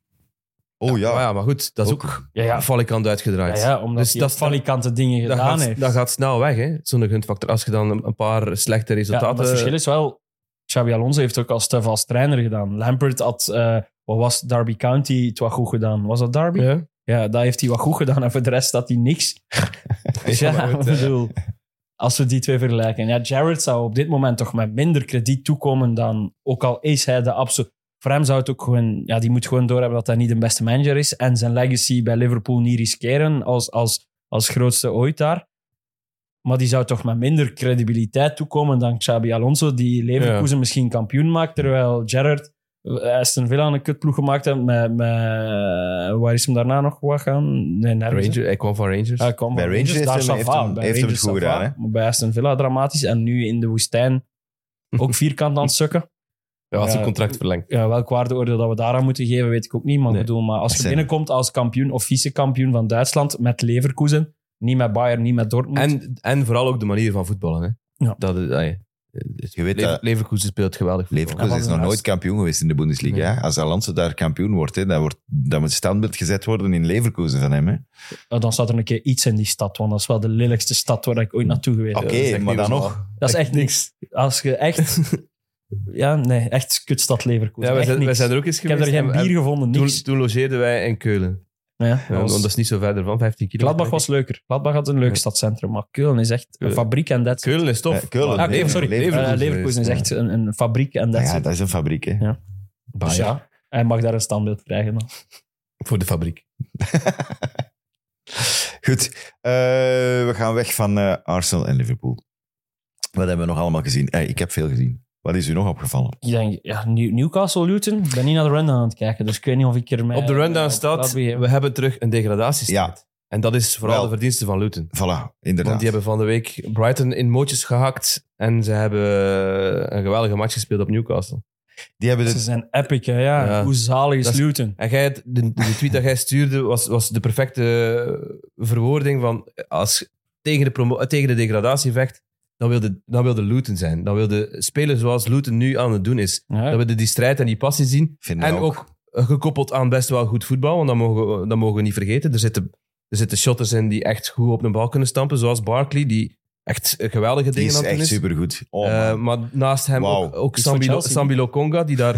Oh ja. Maar ja, maar goed, dat is ook, Ook. Ja, ja. valikant Ja, uitgedraaid. ja, omdat Dus hij dat dat is- valikante dingen dat, gedaan gaat, heeft. dat gaat snel weg, hè, zo'n gunfactor. Als je dan een, een paar slechte Ja, resultaten... maar het verschil is wel... Xabi Alonso heeft ook als Stef als trainer gedaan. Lampert had... eh, wat was Derby County het wat goed gedaan? Was dat Derby? Ja. Ja. dat heeft hij wat goed gedaan. En voor de rest had hij niks. Dus ja, maar ik goed, hè. bedoel... Als we die twee vergelijken. Ja, Jared zou op dit moment toch met minder krediet toekomen dan... Ook al is hij de absoluut... Voor hem zou het ook gewoon... Ja, die moet gewoon doorhebben dat hij niet de beste manager is. En zijn legacy bij Liverpool niet riskeren als, als, als grootste ooit daar. Maar die zou toch met minder credibiliteit toekomen dan Xabi Alonso, die Leverkusen Ja. misschien kampioen maakt, terwijl Gerrard Aston Villa een kutploeg gemaakt heeft met, met... Waar is hem daarna nog wat gaan? Nee, nergens. Ranger, hij kwam van Rangers. Hij kwam Bij van Rangers heeft daar hem- ça heeft va. hem- Bij heeft hem Rangers het goed ça va. gedaan, hè? Maar bij Aston Villa dramatisch. En nu in de woestijn ook vierkant aan het sukken. Ja, had zijn Ja. contract verlengd. Ja, welk waardeoordeel dat we daaraan moeten geven, weet ik ook niet. Maar, Nee. ik bedoel, maar als je Zijn- binnenkomt als kampioen of vice-kampioen van Duitsland met Leverkusen, niet met Bayern, niet met Dortmund. En, en vooral ook de manier van voetballen. Hè. Ja. Dat, is- ah, Je weet Lever- dat- Leverkusen speelt geweldig voetbal. Leverkusen Ja, is van nog de nooit kampioen geweest in de Bundesliga. Nee. Hè? Als Alonso daar kampioen wordt, hè, dan, wordt dan moet standbeeld gezet worden in Leverkusen van hem. Hè? Oh, dan staat er een keer iets in die stad, want dat is wel de lelijkste stad waar ik ooit naartoe geweest Oké, ben. dat is echt maar niet dan zo nog. waar. Dat is echt niks. Als je echt... Ja, nee, echt kutstad Leverkusen. Ja, wij Echt zijn, wij niks. zijn er ook eens Ik heb geweest. er geen en- en bier gevonden, Toen, niks. toen logeerden wij in Keulen. Ja, Ja, dat was- want dat is niet zo verder van, vijftien kilometer. Gladbach was leuker. Gladbach had een leuk Ja. stadscentrum, maar Keulen is echt een Ja. fabriek en dat. Keulen is tof. Ja, Keulen. Ah, Nee, nee, sorry. Leverkusen. Leverkusen, Leverkusen is is- echt een, een fabriek en dat. Ja, ja, dat is een fabriek. Hè? Ja. Dus ja, hij mag daar een standbeeld krijgen dan. Voor de fabriek. Goed, eh, we gaan weg van eh, Arsenal en Liverpool. Wat hebben we nog allemaal gezien? Eh, ik heb veel gezien. Wat is u nog opgevallen? Ik denk, ja, New- Newcastle Luton. Ik ben niet naar de rundown aan het kijken, dus ik weet niet of ik er mij... Op de rundown eh, staat, laat begeven. we hebben terug een degradatiestrijd. Ja. En dat is vooral Wel. de verdienste van Luton. Voilà, inderdaad. Want die hebben van de week Brighton in mootjes gehakt. En ze hebben een geweldige match gespeeld op Newcastle. Die hebben Ze de, zijn epic, hè, ja. Ja. Hoe zalig is Dat is- Luton? En jij, het- de, de tweet dat jij stuurde was, was de perfecte verwoording van als je tegen de, promo- tegen de degradatie vecht, dan wilde, dan wilde Luton zijn. Dan wilde spelen zoals Luton nu aan het doen is. Ja. Dan wilde die strijd en die passie zien. vind En ik ook gekoppeld aan best wel goed voetbal, want dat mogen, we- dat mogen we niet vergeten. Er zitten, er zitten shotters in die echt goed op de bal kunnen stampen, zoals Barkley, die echt geweldige Die dingen is aan het doen echt is. supergoed. Oh, Eh, man. maar naast hem Wauw. ook, ook Iets voor Sambilo, Chelsea. Sambilo Conga, die daar,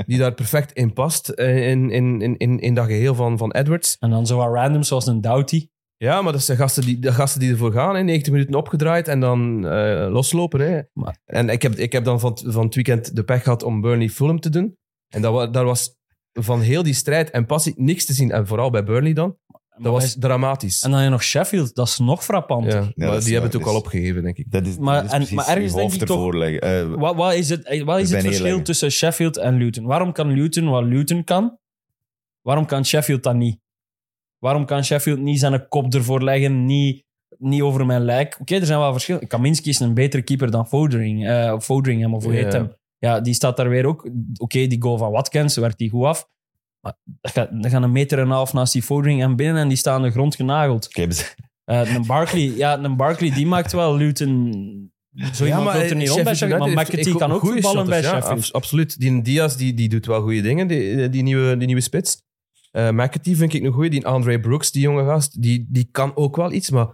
die daar perfect in past, in, in, in, in, in dat geheel van, van Edwards. En dan zo wat random, zoals een Doughty. Ja, maar dat zijn gasten die, de gasten die ervoor gaan, hè. negentig minuten opgedraaid en dan uh, loslopen. Hè. Maar, en ik heb, ik heb dan van, van het weekend de pech gehad om Burnley Fulham te doen. En dat, wa- daar was van heel die strijd en passie niks te zien. En vooral bij Burnley dan. Dat was dramatisch. En dan heb je nog Sheffield, dat is nog frappanter. Ja, Ja, maar dat is die hebben waar, het ook dus- al opgegeven, denk ik. Dat is, Maar- dat is en- precies maar ergens je denk hoofd ik toch- ervoor leggen. Uh, Wat, wat is het, wat is het ben verschil eerlijk. tussen Sheffield en Luton? Waarom kan Luton wat Luton kan? Waarom kan Sheffield dat niet? Waarom kan Sheffield niet zijn kop ervoor leggen, niet, niet over mijn lijk? Oké, er zijn wel verschillen. Kaminski is een betere keeper dan Fodering, uh, Foderingham, of hoe heet Ja. hem? Ja, die staat daar weer ook. Oké, die goal van Watkins werkt die goed af. Maar dan gaat, dan gaan een meter en een half naast die Foderingham binnen en die staan aan de grond genageld. ik heb ze- Uh, een Barkley, ja, een Barkley die maakt wel Luton. Zo iemand maar, loopt er eh, niet rond bij Sheffield Sheffield, maar United heeft- McAtee heeft kan ook goede voetballen bij shotters, ja, Sheffield. abs- absoluut. Die Diaz die, die doet wel goede dingen, die, die, nieuwe, die nieuwe spits. Uh, McAtee vind ik een goeie. Die Andre Brooks, die jonge gast, die, die kan ook wel iets, maar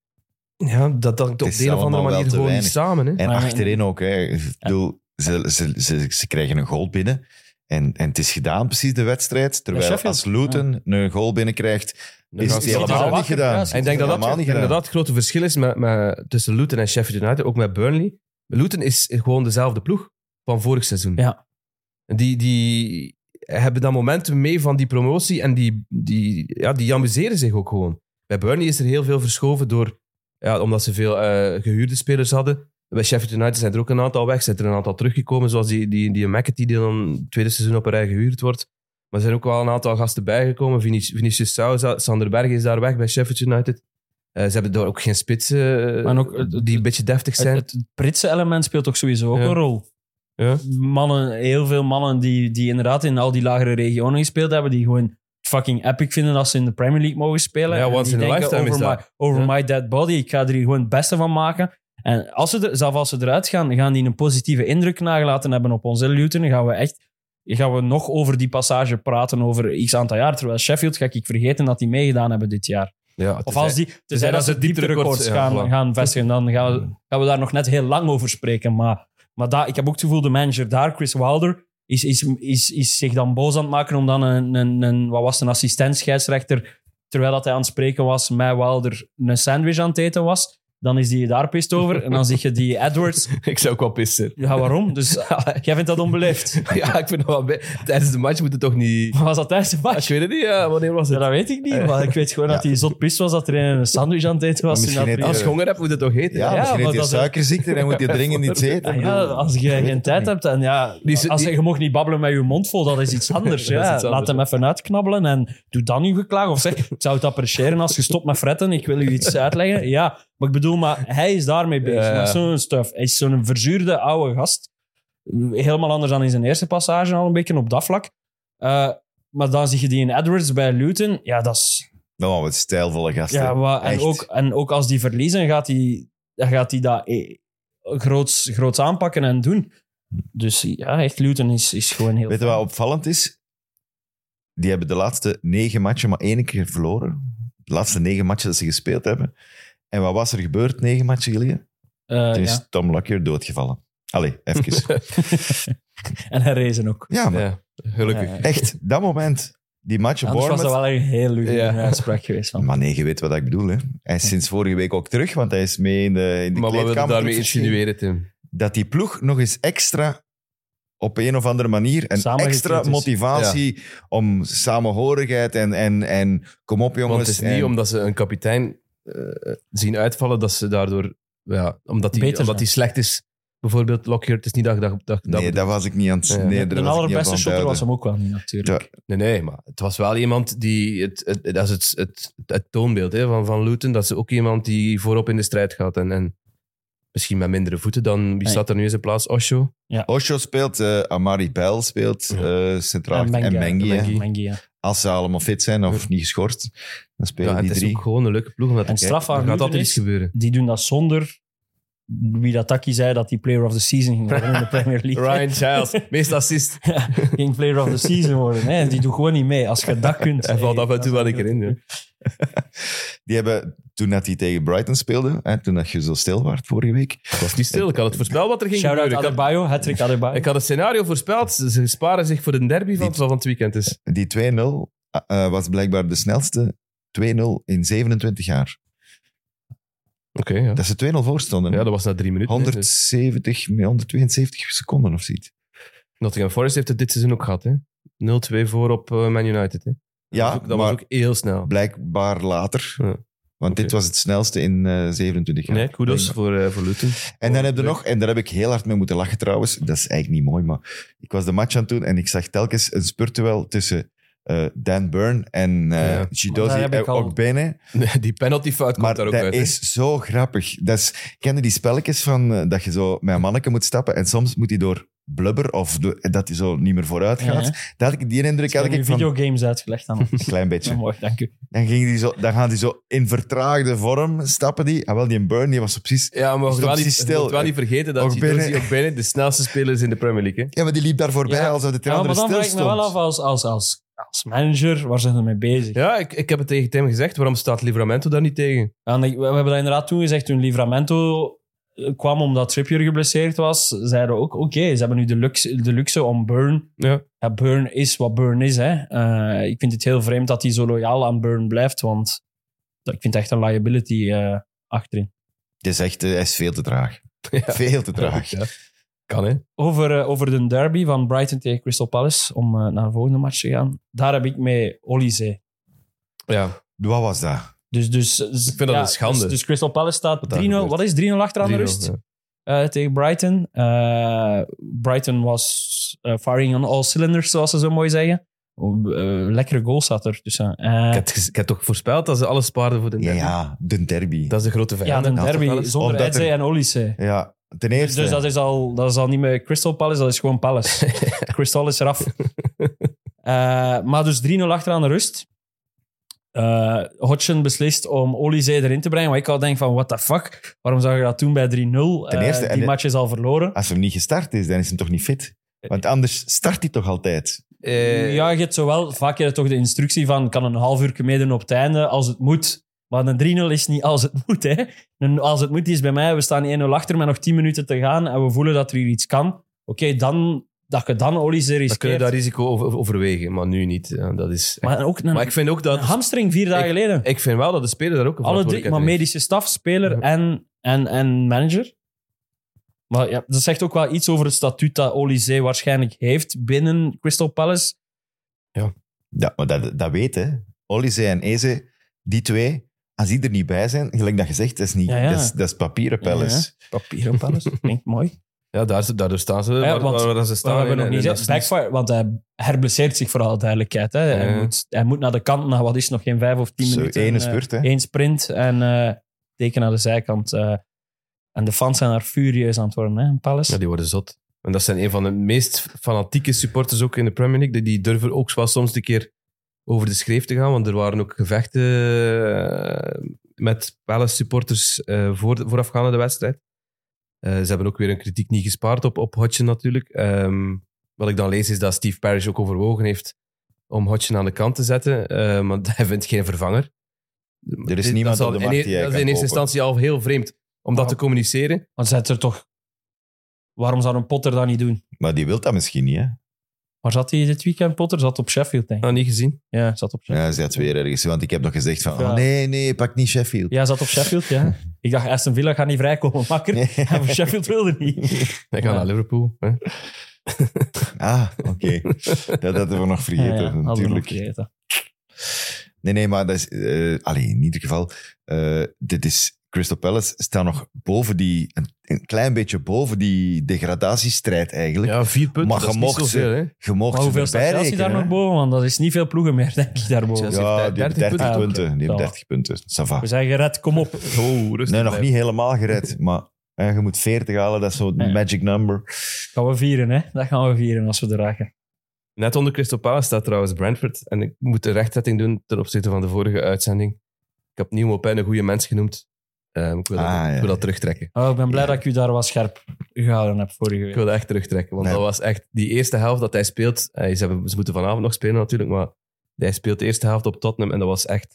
ja, dat dankt op is de een of andere allemaal wel manier te gewoon niet weinig. samen. Hè. En Maar- achterin ook. Hè. Ik bedoel, ze, ze, ze, ze krijgen een goal binnen. En, en het is gedaan, precies, de wedstrijd. Terwijl Sheffield. als Luton een goal binnenkrijgt, Dan is gaat het hij helemaal allemaal niet wakker, gedaan. ja, En ik denk dat dat, helemaal niet ik denk gedaan. dat dat het grote verschil is met, met, tussen Luton en Sheffield United, ook met Burnley. Luton is gewoon dezelfde ploeg van vorig seizoen. Ja. En Die, die hebben dat momentum mee van die promotie en die, die, ja, die amuseren zich ook gewoon. Bij Burnley is er heel veel verschoven door, ja, omdat ze veel uh, gehuurde spelers hadden. Bij Sheffield United zijn er ook een aantal weg, zijn er een aantal teruggekomen, zoals die, die, die McAtee die dan het tweede seizoen op een rij gehuurd wordt. Maar er zijn ook wel een aantal gasten bijgekomen. Vinic- Vinicius Souza, Sander Berge is daar weg bij Sheffield United. Uh, ze hebben daar ook geen spitsen uh, Maar ook, uh, die een beetje deftig zijn. Het, het Britse element speelt toch sowieso ook Ja. een rol. Ja. Mannen, heel veel mannen die, die inderdaad in al die lagere regionen gespeeld hebben, die gewoon fucking epic vinden als ze in de Premier League mogen spelen. Ja, En once die in a denken lifetime over, is my, dat. over Ja. my dead body, ik ga er hier gewoon het beste van maken. En als ze er, zelfs als ze eruit gaan, dan gaan die een positieve indruk nagelaten hebben op onze Luton. Dan gaan we echt gaan we nog over die passage praten over x aantal jaar. Terwijl Sheffield, ga ik vergeten dat die meegedaan hebben dit jaar. Ja, Of als die, tenzij dat ze diepterecords ja, gaan, voilà. gaan vestigen, dan gaan we, gaan we daar nog net heel lang over spreken. Maar, maar daar, ik heb ook het gevoel, de manager daar, Chris Wilder, is, is, is, is zich dan boos aan het maken om dan een, een, een, wat was het, een assistent-scheidsrechter, terwijl dat hij aan het spreken was, met Wilder een sandwich aan het eten was. Dan is die daar pist over. En dan zie je die Edwards. Ik zou ook wel pissen. Ja, waarom? Dus jij vindt dat onbeleefd. Ja, ik vind het wel... bij- Tijdens de match moet het toch niet... Was dat tijdens de Ik match? weet het niet, ja. Wanneer was Ja, het? dat weet ik niet. Maar ik weet gewoon dat hij zot pist was dat er een sandwich aan het eten was. Maar misschien En dat heeft Als Ja. je honger hebt, moet het toch eten? Ja, Ja, misschien maar heeft hij dat is- suikerziekte en moet je dringend iets eten. Ah, ja, als je geen tijd hebt en ja, Die- als je, die- je mag niet babbelen met je mond vol, dat is iets anders. Dat is Ja. iets Laat anders, hem even uitknabbelen en doe dan uw geklaag. Of zeg, ik zou het appreciëren als je stopt met fretten, ik wil u iets uitleggen. Ja, maar ik bedoel, maar hij is daarmee bezig, Ja. met zo'n stuff. Hij is zo'n verzuurde oude gast. Helemaal anders dan in zijn eerste passage al een beetje op dat vlak. Uh, maar dan zie je die in Edwards bij Luton. Ja, dat is... Nou, wat stijlvolle gasten. Ja, wat, en, Echt. ook, en ook als die verliezen, gaat hij, dan gaat hij dat eh, groots, groots aanpakken en doen. Dus ja, echt, Luton is, is gewoon heel... Weet je wat opvallend is? Die hebben de laatste negen matchen maar één keer verloren. De laatste negen matchen dat ze gespeeld hebben. En wat was er gebeurd negen matchen geleden? Uh, Toen is ja. Tom Lockyer doodgevallen. Allee, even. En hij rezen ook. Ja, maar Ja, gelukkig. Ja, ja. echt, dat moment. Die match op Anders was dat Bournemouth. wel een heel leuke Ja. uitspraak geweest. Van. Maar nee, je weet wat ik bedoel. Hè. Hij is sinds vorige week ook terug, want hij is mee in de, in de Maar wat wil je kleedkamer. daarmee verschenen. insinueren, Tim? Dat die ploeg nog eens extra op een of andere manier een Samen extra gekleed is. motivatie om samenhorigheid en, en, en kom op jongens. Want het is niet en- omdat ze een kapitein eh, zien uitvallen, dat ze daardoor... Ja, omdat hij Beter omdat die slecht is. Bijvoorbeeld Lockyer, het is niet dat... dat, dat, dat Nee, dat was ik niet aan het... Ja. Nee, daar de was ik niet allerbeste aan shotter het was duiden. hem ook wel niet, natuurlijk. Ja. Nee, nee, maar het was wel iemand die... Het, het, dat is het, het, het toonbeeld hè, van, van Luton. Dat is ook iemand die voorop in de strijd gaat. En, en misschien met mindere voeten dan... Wie Nee. staat er nu in zijn plaats? Osho? Osho speelt, eh, Amari Bell speelt Ja. eh, centraal. En En Mengi, Mengi. hè. Mengi. Mengi, ja. Als ze allemaal fit zijn of niet geschorst, dan spelen Ja, en die het is drie. ook gewoon een leuke ploeg om naar te En kijken. straf aan Er gaat Luton altijd is- iets gebeuren. Die doen dat zonder wie dat Taki zei dat die player of the season ging worden in de Premier League. Ryan Giles, meest assist. Ja, ging player of the season worden. Hè? Die doet gewoon niet mee. Als je dat kunt... Hij valt hey, af en toe wel een keer in. Ja. Die hebben, toen dat hij tegen Brighton speelde, hè, toen dat je zo stil was vorige week. Het was niet stil. Ik had het voorspeld wat er ging Shout-out gebeuren. Ik had, Adebayo, hat-trick Adebayo. ik had het scenario voorspeld. Ze ze sparen zich voor de derby van, Die- van het weekend. Dus. Die twee nul uh, was blijkbaar de snelste twee nul in zevenentwintig jaar. Oké, okay, ja. Dat ze twee nul voor stonden. Ja, dat was na drie minuten. hè, dus. honderdzeventig, met honderdtweeënzeventig seconden of zoiets. Nottingham Forest heeft het dit seizoen ook gehad. hè. nul twee voor op uh, Man United. Hè. Ja, dat was ook, dat maar was ook heel snel. blijkbaar later. Ja. Want Oké. dit was het snelste in uh, zevenentwintig jaar. Nee, kudos voor, uh, voor Luton. En dan heb je Leuk. nog, en daar heb ik heel hard mee moeten lachen trouwens, dat is eigenlijk niet mooi, maar ik was de match aan het doen en ik zag telkens een spurtduel tussen uh, Dan Burn en uh, Ja. Chidozie Daar heb ik al- Ogbene. Die penaltyfout komt Maar daar ook dat uit. hè. is zo grappig. Dat is, ken je die spelletjes van uh, dat je zo met een manneke moet stappen en soms moet hij door blubber of do- dat hij zo niet meer vooruit gaat. Ja, Dat had ik, die indruk Ik had heb ik nu van videogames uitgelegd dan. een klein beetje. Ja, mooi, dank u. Dan, ging die zo, dan gaan die zo in vertraagde vorm stappen die. Ah, wel, die Burn die was zo precies... Ja, maar we Stop mogen wel, precies niet- stil. we mogen wel niet vergeten dat Ook Chidozie binnen- ook bijna de snelste speler is in de Premier League. Hè. Ja, maar die liep daar voorbij Ja. alsof de Ja, trainer maar dan stil vraag ik me wel af stond. als, als, als, als manager, waar zijn ze mee bezig? Ja, ik, ik heb het tegen Tim gezegd. Waarom staat Livramento daar niet tegen? Ja, en ik- we hebben dat inderdaad toen gezegd, toen Livramento eh, kwam omdat Trippier geblesseerd was, zeiden we ook, oké, ze hebben nu de luxe, de luxe om Burn... Ja. Ja, Burn is wat Burn is. Hè. Uh, ik vind het heel vreemd dat hij zo loyaal aan Burn blijft, want dat- ik vind het echt een liability uh, achterin. Het is echt, uh, hij is veel te traag. Ja. Veel te traag. Ja. Kan, hè? Over, uh, over de derby van Brighton tegen Crystal Palace, om uh, naar de volgende match te gaan, daar heb ik mee Olise. Ja. Wat was dat? Dus, dus, Ik vind dat een schande. Dus, dus Crystal Palace staat Wat daar drie nul. gebeurt. Wat is drie nul achter aan de drie nul, rust? ja. uh, tegen Brighton. Uh, Brighton was uh, firing on all cylinders, zoals ze zo mooi zeggen. Uh, lekkere goal zat er tussen. Uh, Ik, had, ik had toch voorspeld dat ze alles spaarden voor de Ja, derby? ja, de derby. Dat is de grote ja, vijand. de hè. derby Altijd wel zonder Omdat Eze er- en Olise. Ja, ten Dus, eerste... dus dat, is al, dat is al niet meer Crystal Palace, dat is gewoon Palace. Crystal is eraf. Uh, maar dus drie nul achter aan de rust. Uh, Hodgson beslist om Olise erin te brengen. Maar ik al denk van, what the fuck? Waarom zou je dat doen bij drie nul? Ten eerste, Uh, en- die match is al verloren. Als hij niet gestart is, dan is hij toch niet fit? Want anders start hij toch altijd? Eh, Ja, je hebt zowel vaak heb je toch de instructie van kan een half uur meedoen op het einde als het moet. Maar een drie nul is niet als het moet. Hè. Een als het moet is bij mij, we staan één nul achter met nog tien minuten te gaan en we voelen dat er hier iets kan. Oké, okay, dan dat je dan Olise dan kun je riskeert. dat risico over- overwegen, maar nu niet. Ja, dat is echt- Maar ook een, Maar ik vind ook een dat... hamstring vier dagen ik, geleden. Ik vind wel dat de speler daar ook een Alle drie, verantwoordelijkheid maar heeft. medische staf, speler Ja. en, en, en manager. Maar ja, dat zegt ook wel iets over het statuut dat Olise waarschijnlijk heeft binnen Crystal Palace. Ja, maar dat, dat weet hè. Olise en Eze, die twee, als die er niet bij zijn, gelijk dat gezegd, dat is, niet, Ja, ja. Dat is, dat is papieren palace. Papieren Palace, klinkt mooi. Ja, daar, daardoor staan ze Ja, waar, want waar, waar ze We staan. hebben nog En- niet en dat gezegd, is- backfire, want hij herblesseert zich voor alle duidelijkheid. Hè. Hij, Ja. moet, hij moet naar de kant, na wat is het, nog geen vijf of tien Zo, minuten. ene eh, spurt, hè. één sprint en eh teken naar de zijkant. eh. en de fans zijn daar furieus aan het worden, hè, in Palace. Ja, die worden zot. En dat zijn een van de meest fanatieke supporters ook in de Premier League. Die, die durven ook wel soms een keer over de schreef te gaan, want er waren ook gevechten uh, met Palace supporters uh, voor, voorafgaande de wedstrijd. Uh, ze hebben ook weer een kritiek niet gespaard op, op Hodgson natuurlijk. Um, wat ik dan lees is dat Steve Parish ook overwogen heeft om Hodgson aan de kant te zetten, uh, maar hij vindt geen vervanger. Er is Dit, niemand dat op de zal- markt in, die hij Dat is kan in eerste kopen. instantie al heel vreemd om dat Ja. te communiceren. Want zet er toch... Waarom zou een Potter dat niet doen? Maar die wil dat misschien niet, hè. Waar zat hij dit weekend, Potter? Zat op Sheffield, denk ik. Ah, niet gezien. Ja, zat op Sheffield. Ja, ze had weer ergens. Want ik heb nog gezegd van, Ja. oh nee, nee, pak niet Sheffield. Ja, zat op Sheffield, ja. Ik dacht, Aston Villa gaat niet vrijkomen, makker. Nee. En voor Sheffield wilde niet. Hij gaat Ja. naar Liverpool. Hè. Ah, oké. Dat hadden we nog vergeten, Ja, ja, hadden we nog natuurlijk. vergeten. Nee, nee, maar dat is... eh allee, in ieder geval, eh, dit is... Crystal Palace staat nog boven die... Een, een klein beetje boven die degradatiestrijd eigenlijk. Ja, vier punten. Maar dat is je niet mocht zoveel, ze- hè. Je mocht Maar ze hoeveel staat erbij Chelsea daar rekenen, nog hè. boven? Want dat is niet veel ploegen meer, denk ik, daarboven. Chelsea Ja, heeft die hebben dertig dertig punten. punten. Die hebben Ja. dertig punten. Ça va. We zijn gered, kom op. Oh, rustig Nee, nog blijven. niet helemaal gered. Maar eh, je moet veertig halen, dat is zo'n Ja. magic number. Gaan we vieren, hè? Dat gaan we vieren als we er raken. Net onder Crystal Palace staat trouwens Brentford. En ik moet de rechtzetting doen ten opzichte van de vorige uitzending. Ik heb Neil Maupin een goede mens genoemd. Um, ik, wil dat, Ah, ja. ik wil dat terugtrekken. Oh, ik ben blij Ja. dat ik u daar wat scherp gehouden heb vorige Ik week. wil dat echt terugtrekken. Want Nee. dat was echt die eerste helft dat hij speelt. eh, Ze, hebben, ze moeten vanavond nog spelen natuurlijk, maar hij speelt de eerste helft op Tottenham en dat was echt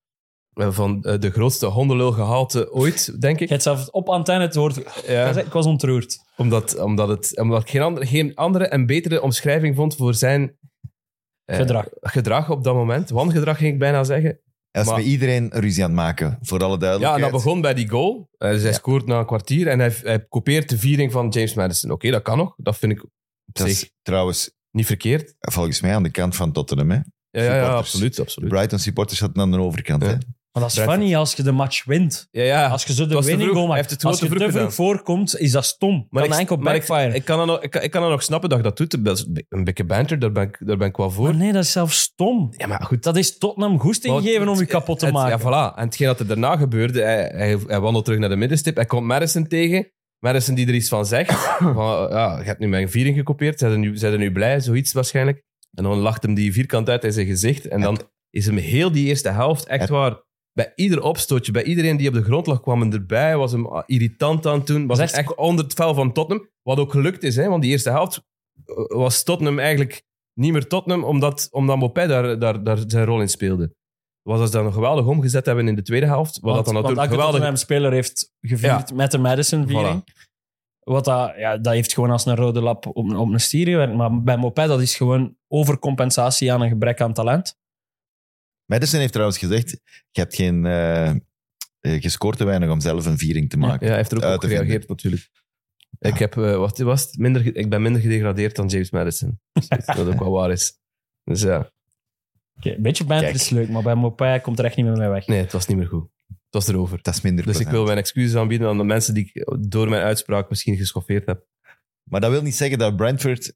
eh, van eh, de grootste hondenlul gehalte ooit, denk Je ik. hebt zelf op antenne het woord... Ja. Ik was ontroerd. Omdat, omdat, het, omdat ik geen andere, geen andere en betere omschrijving vond voor zijn eh, Gedrag. gedrag op dat moment. Wangedrag ging ik bijna zeggen. Hij is Maar- met iedereen ruzie aan het maken, voor alle Ja, en duidelijkheid. dat begon bij die goal. Eh, dus hij Ja. scoort na een kwartier en hij, hij kopieert de viering van James Maddison. Oké, dat kan nog. Dat vind ik op Dat zich is trouwens niet verkeerd. volgens mij aan de kant van Tottenham. Hè. Ja, ja, ja, Supporters. absoluut. De absoluut. Brighton supporters zaten aan de overkant. Ja. Hè. Maar dat is Brentford. funny als je de match wint. Ja, ja. Als je zo de was te winning vroeg. goal Hij maakt. heeft het Als je gewoon te te vroeg vroeg voorkomt, is dat stom. Maar kan ik, enkel maar ik, backfire. ik, kan dan nog, ik, kan- ik kan dan nog snappen dat je dat doet. Dat is een beetje banter, daar ben ik, daar ben ik wel voor. Maar nee, dat is zelfs stom. Ja, maar goed. Dat is Tottenham goesting Maar geven om je het- kapot te het- maken. Ja, voilà. En hetgeen dat er daarna gebeurde, hij, hij, hij wandelt terug naar de middenstip. Hij komt Maddison tegen. Madison die er iets van zegt. Van, ja, je hebt nu mijn viering gekopieerd. Zijn er nu, zijn er nu blij? Zoiets waarschijnlijk. En dan lacht hem die vierkant uit in zijn gezicht. En dan is hem heel die eerste helft echt Het- waar... Bij ieder opstootje, bij iedereen die op de grond lag, kwam hem erbij. Was hem irritant aan het doen. Was Dat is echt onder het vel van Tottenham. Wat ook gelukt is, hè, want die eerste helft eh, was Tottenham eigenlijk niet meer Tottenham, omdat, omdat Mopé daar, daar, daar zijn rol in speelde. Was als ze dat nog geweldig omgezet hebben in de tweede helft. Wat Want, dat dan want natuurlijk elke geweldig... Tottenham-speler heeft gevierd met de Madison-viering. Wat dat, ja, dat heeft gewoon als een rode lap op, op een stier gewerkt. Maar bij Mopé, dat is gewoon overcompensatie aan een gebrek aan talent. Madison heeft trouwens gezegd, je hebt geen... eh, eh, je scoort te weinig om zelf een viering te maken. Ja, hij heeft er ook Uit op te vinden. gereageerd natuurlijk. Ik, heb, eh, wat was het? Minder, ge- ik ben minder gedegradeerd dan James Madison. Dat ook wel waar is. Dus ja, Okay, een beetje banter Kijk. is leuk, maar bij Mopé komt er echt niet meer mee weg. nee, het was niet meer goed. Het was erover. Dat is minder Dus ik plezant. wil mijn excuses aanbieden aan de mensen die ik door mijn uitspraak misschien geschoffeerd heb. Maar dat wil niet zeggen dat Brentford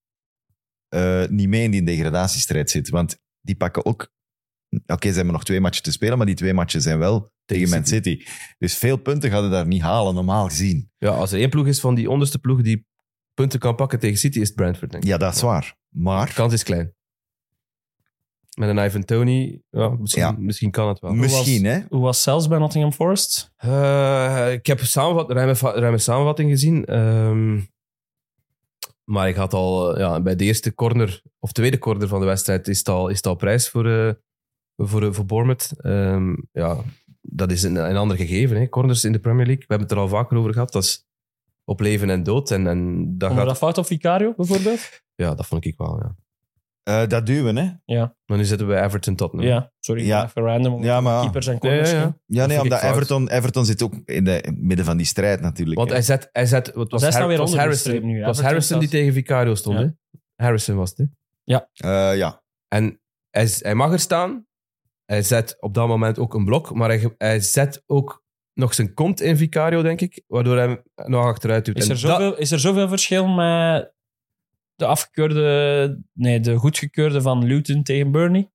eh, niet mee in die degradatiestrijd zit. Want die pakken ook... Oké, ze hebben nog twee matchen te spelen, maar die twee matchen zijn wel tegen Man City. Dus veel punten gaan ze daar niet halen, normaal gezien. Ja, als er één ploeg is van die onderste ploeg die punten kan pakken tegen City, is het Brentford, denk ik. Ja, dat is waar. De Maar kans is klein. Met een Ivan Toney, ja, misschien, Ja. misschien kan het wel. misschien, hè. Hoe was zelfs bij Nottingham Forest? Eh, ik heb een samenvat, ruime, va- ruime samenvatting gezien. Ehm, maar ik had al eh, ja, bij de eerste corner, of tweede corner van de wedstrijd, is het al, is het al prijs voor, eh voor, eh, voor Bournemouth. Ehm, ja, dat is een, een ander gegeven, hè. Corners in de Premier League. We hebben het er al vaker over gehad. Dat is op leven en dood. En, en dat Vond je gaat, dat fout op Vicario, bijvoorbeeld? ja, dat vond ik wel, ja. Eh, dat duwen, hè. Maar nu zitten we bij Everton Tottenham. Ja, sorry, Ja. even random. Ja, maar- Keepers en Ja, corners. ja, ja. ging. Ja, nee, vond ik omdat fout. Everton, Everton zit ook in, de, in het midden van die strijd natuurlijk. Want hè. hij zet... Hij zet het was, Zij staan Har- weer het was onder de Harrison, streep nu. het was Everton Harrison die staat- tegen Vicario stond, Ja. hè. Harrison was het, hè. Eh, ja. En hij, hij mag er staan. Hij zet op dat moment ook een blok, maar hij, hij zet ook nog zijn kont in Vicario, denk ik, waardoor hij hem nog achteruit doet. Is En er, dat- zoveel, is er zoveel verschil met de afgekeurde... Nee, de goedgekeurde van Luton tegen Burnley?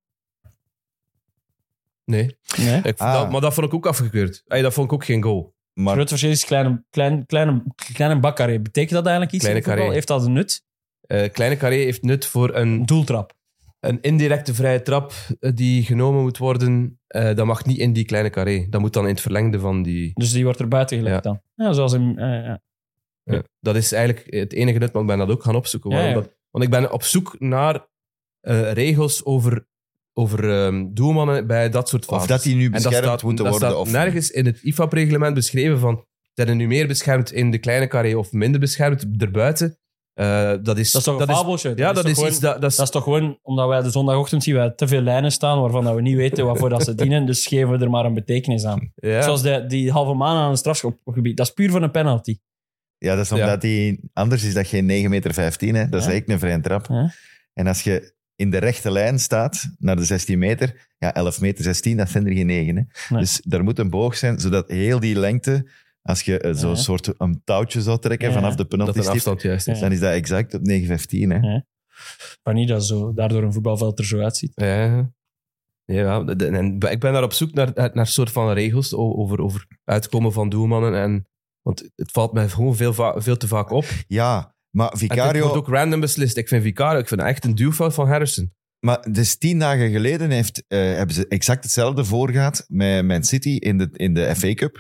Nee. Nee. Ik, Ah. dat, maar dat vond ik ook afgekeurd. Ey, dat vond ik ook geen goal. Het Maar grote verschil is kleine, kleine, kleine, kleine bakkaré. Betekent dat eigenlijk iets Kleine in voetbal? carré. Heeft dat een nut? Eh, Kleine Carré heeft nut voor Een een, doeltrap. een indirecte vrije trap eh, die genomen moet worden. Eh, dat mag niet in die Kleine Carré. Dat moet dan in het verlengde van die... Dus die wordt er buiten gelegd Ja. dan. Ja, zoals in... eh, ja. Ja. Dat is eigenlijk het enige nut, maar ik ben dat ook gaan opzoeken. Ja, Waarom ja. dat- want ik ben op zoek naar eh, regels over, over ehm, doelmannen bij dat soort of fases. dat die nu En dat beschermd staat, moeten dat worden. staat Of, nergens in het I F A B-reglement beschreven van zijn er nu meer beschermd in de kleine carré of minder beschermd erbuiten. Eh, dat is, Dat is toch een fabeltje? Ja, dat is, toch iets... gewoon- Dat, dat is, Dat is toch gewoon, omdat wij de zondagochtend zien wij te veel lijnen staan waarvan dat we niet weten waarvoor dat ze dienen, dus geven we er maar een betekenis aan. ja. Zoals de, die halve maan aan een strafschopgebied. Dat is puur voor een penalty. Ja, dat is omdat die... Anders is dat geen negen meter vijftien, hè. Dat is Ja. echt een vrije trap. Ja. En als je in de rechte lijn staat, naar de zestien meter, ja, elf meter zestien, dat zijn er geen negen. Hè. Nee. Dus er moet een boog zijn, zodat heel die lengte, als je eh, zo'n Ja. soort een touwtje zou trekken Ja. vanaf de dat penalty een stip, afstand juist is. Ja. dan is dat exact op negen vijftien. Hè. Ja. Maar niet dat zo, daardoor een voetbalveld er zo uitziet. Ja, ja de- de- en ik ben daar op zoek naar, naar soort van regels o- over, over uitkomen van doelmannen. En, want het valt mij gewoon veel, va- veel te vaak op. Ja, maar En het Vicario... wordt ook random beslist. Ik vind Vicario ik vind het echt een duwfout van Harrison. Maar dus tien dagen geleden heeft, eh, hebben ze exact hetzelfde voorgehad met Man City in de, in de F A Cup.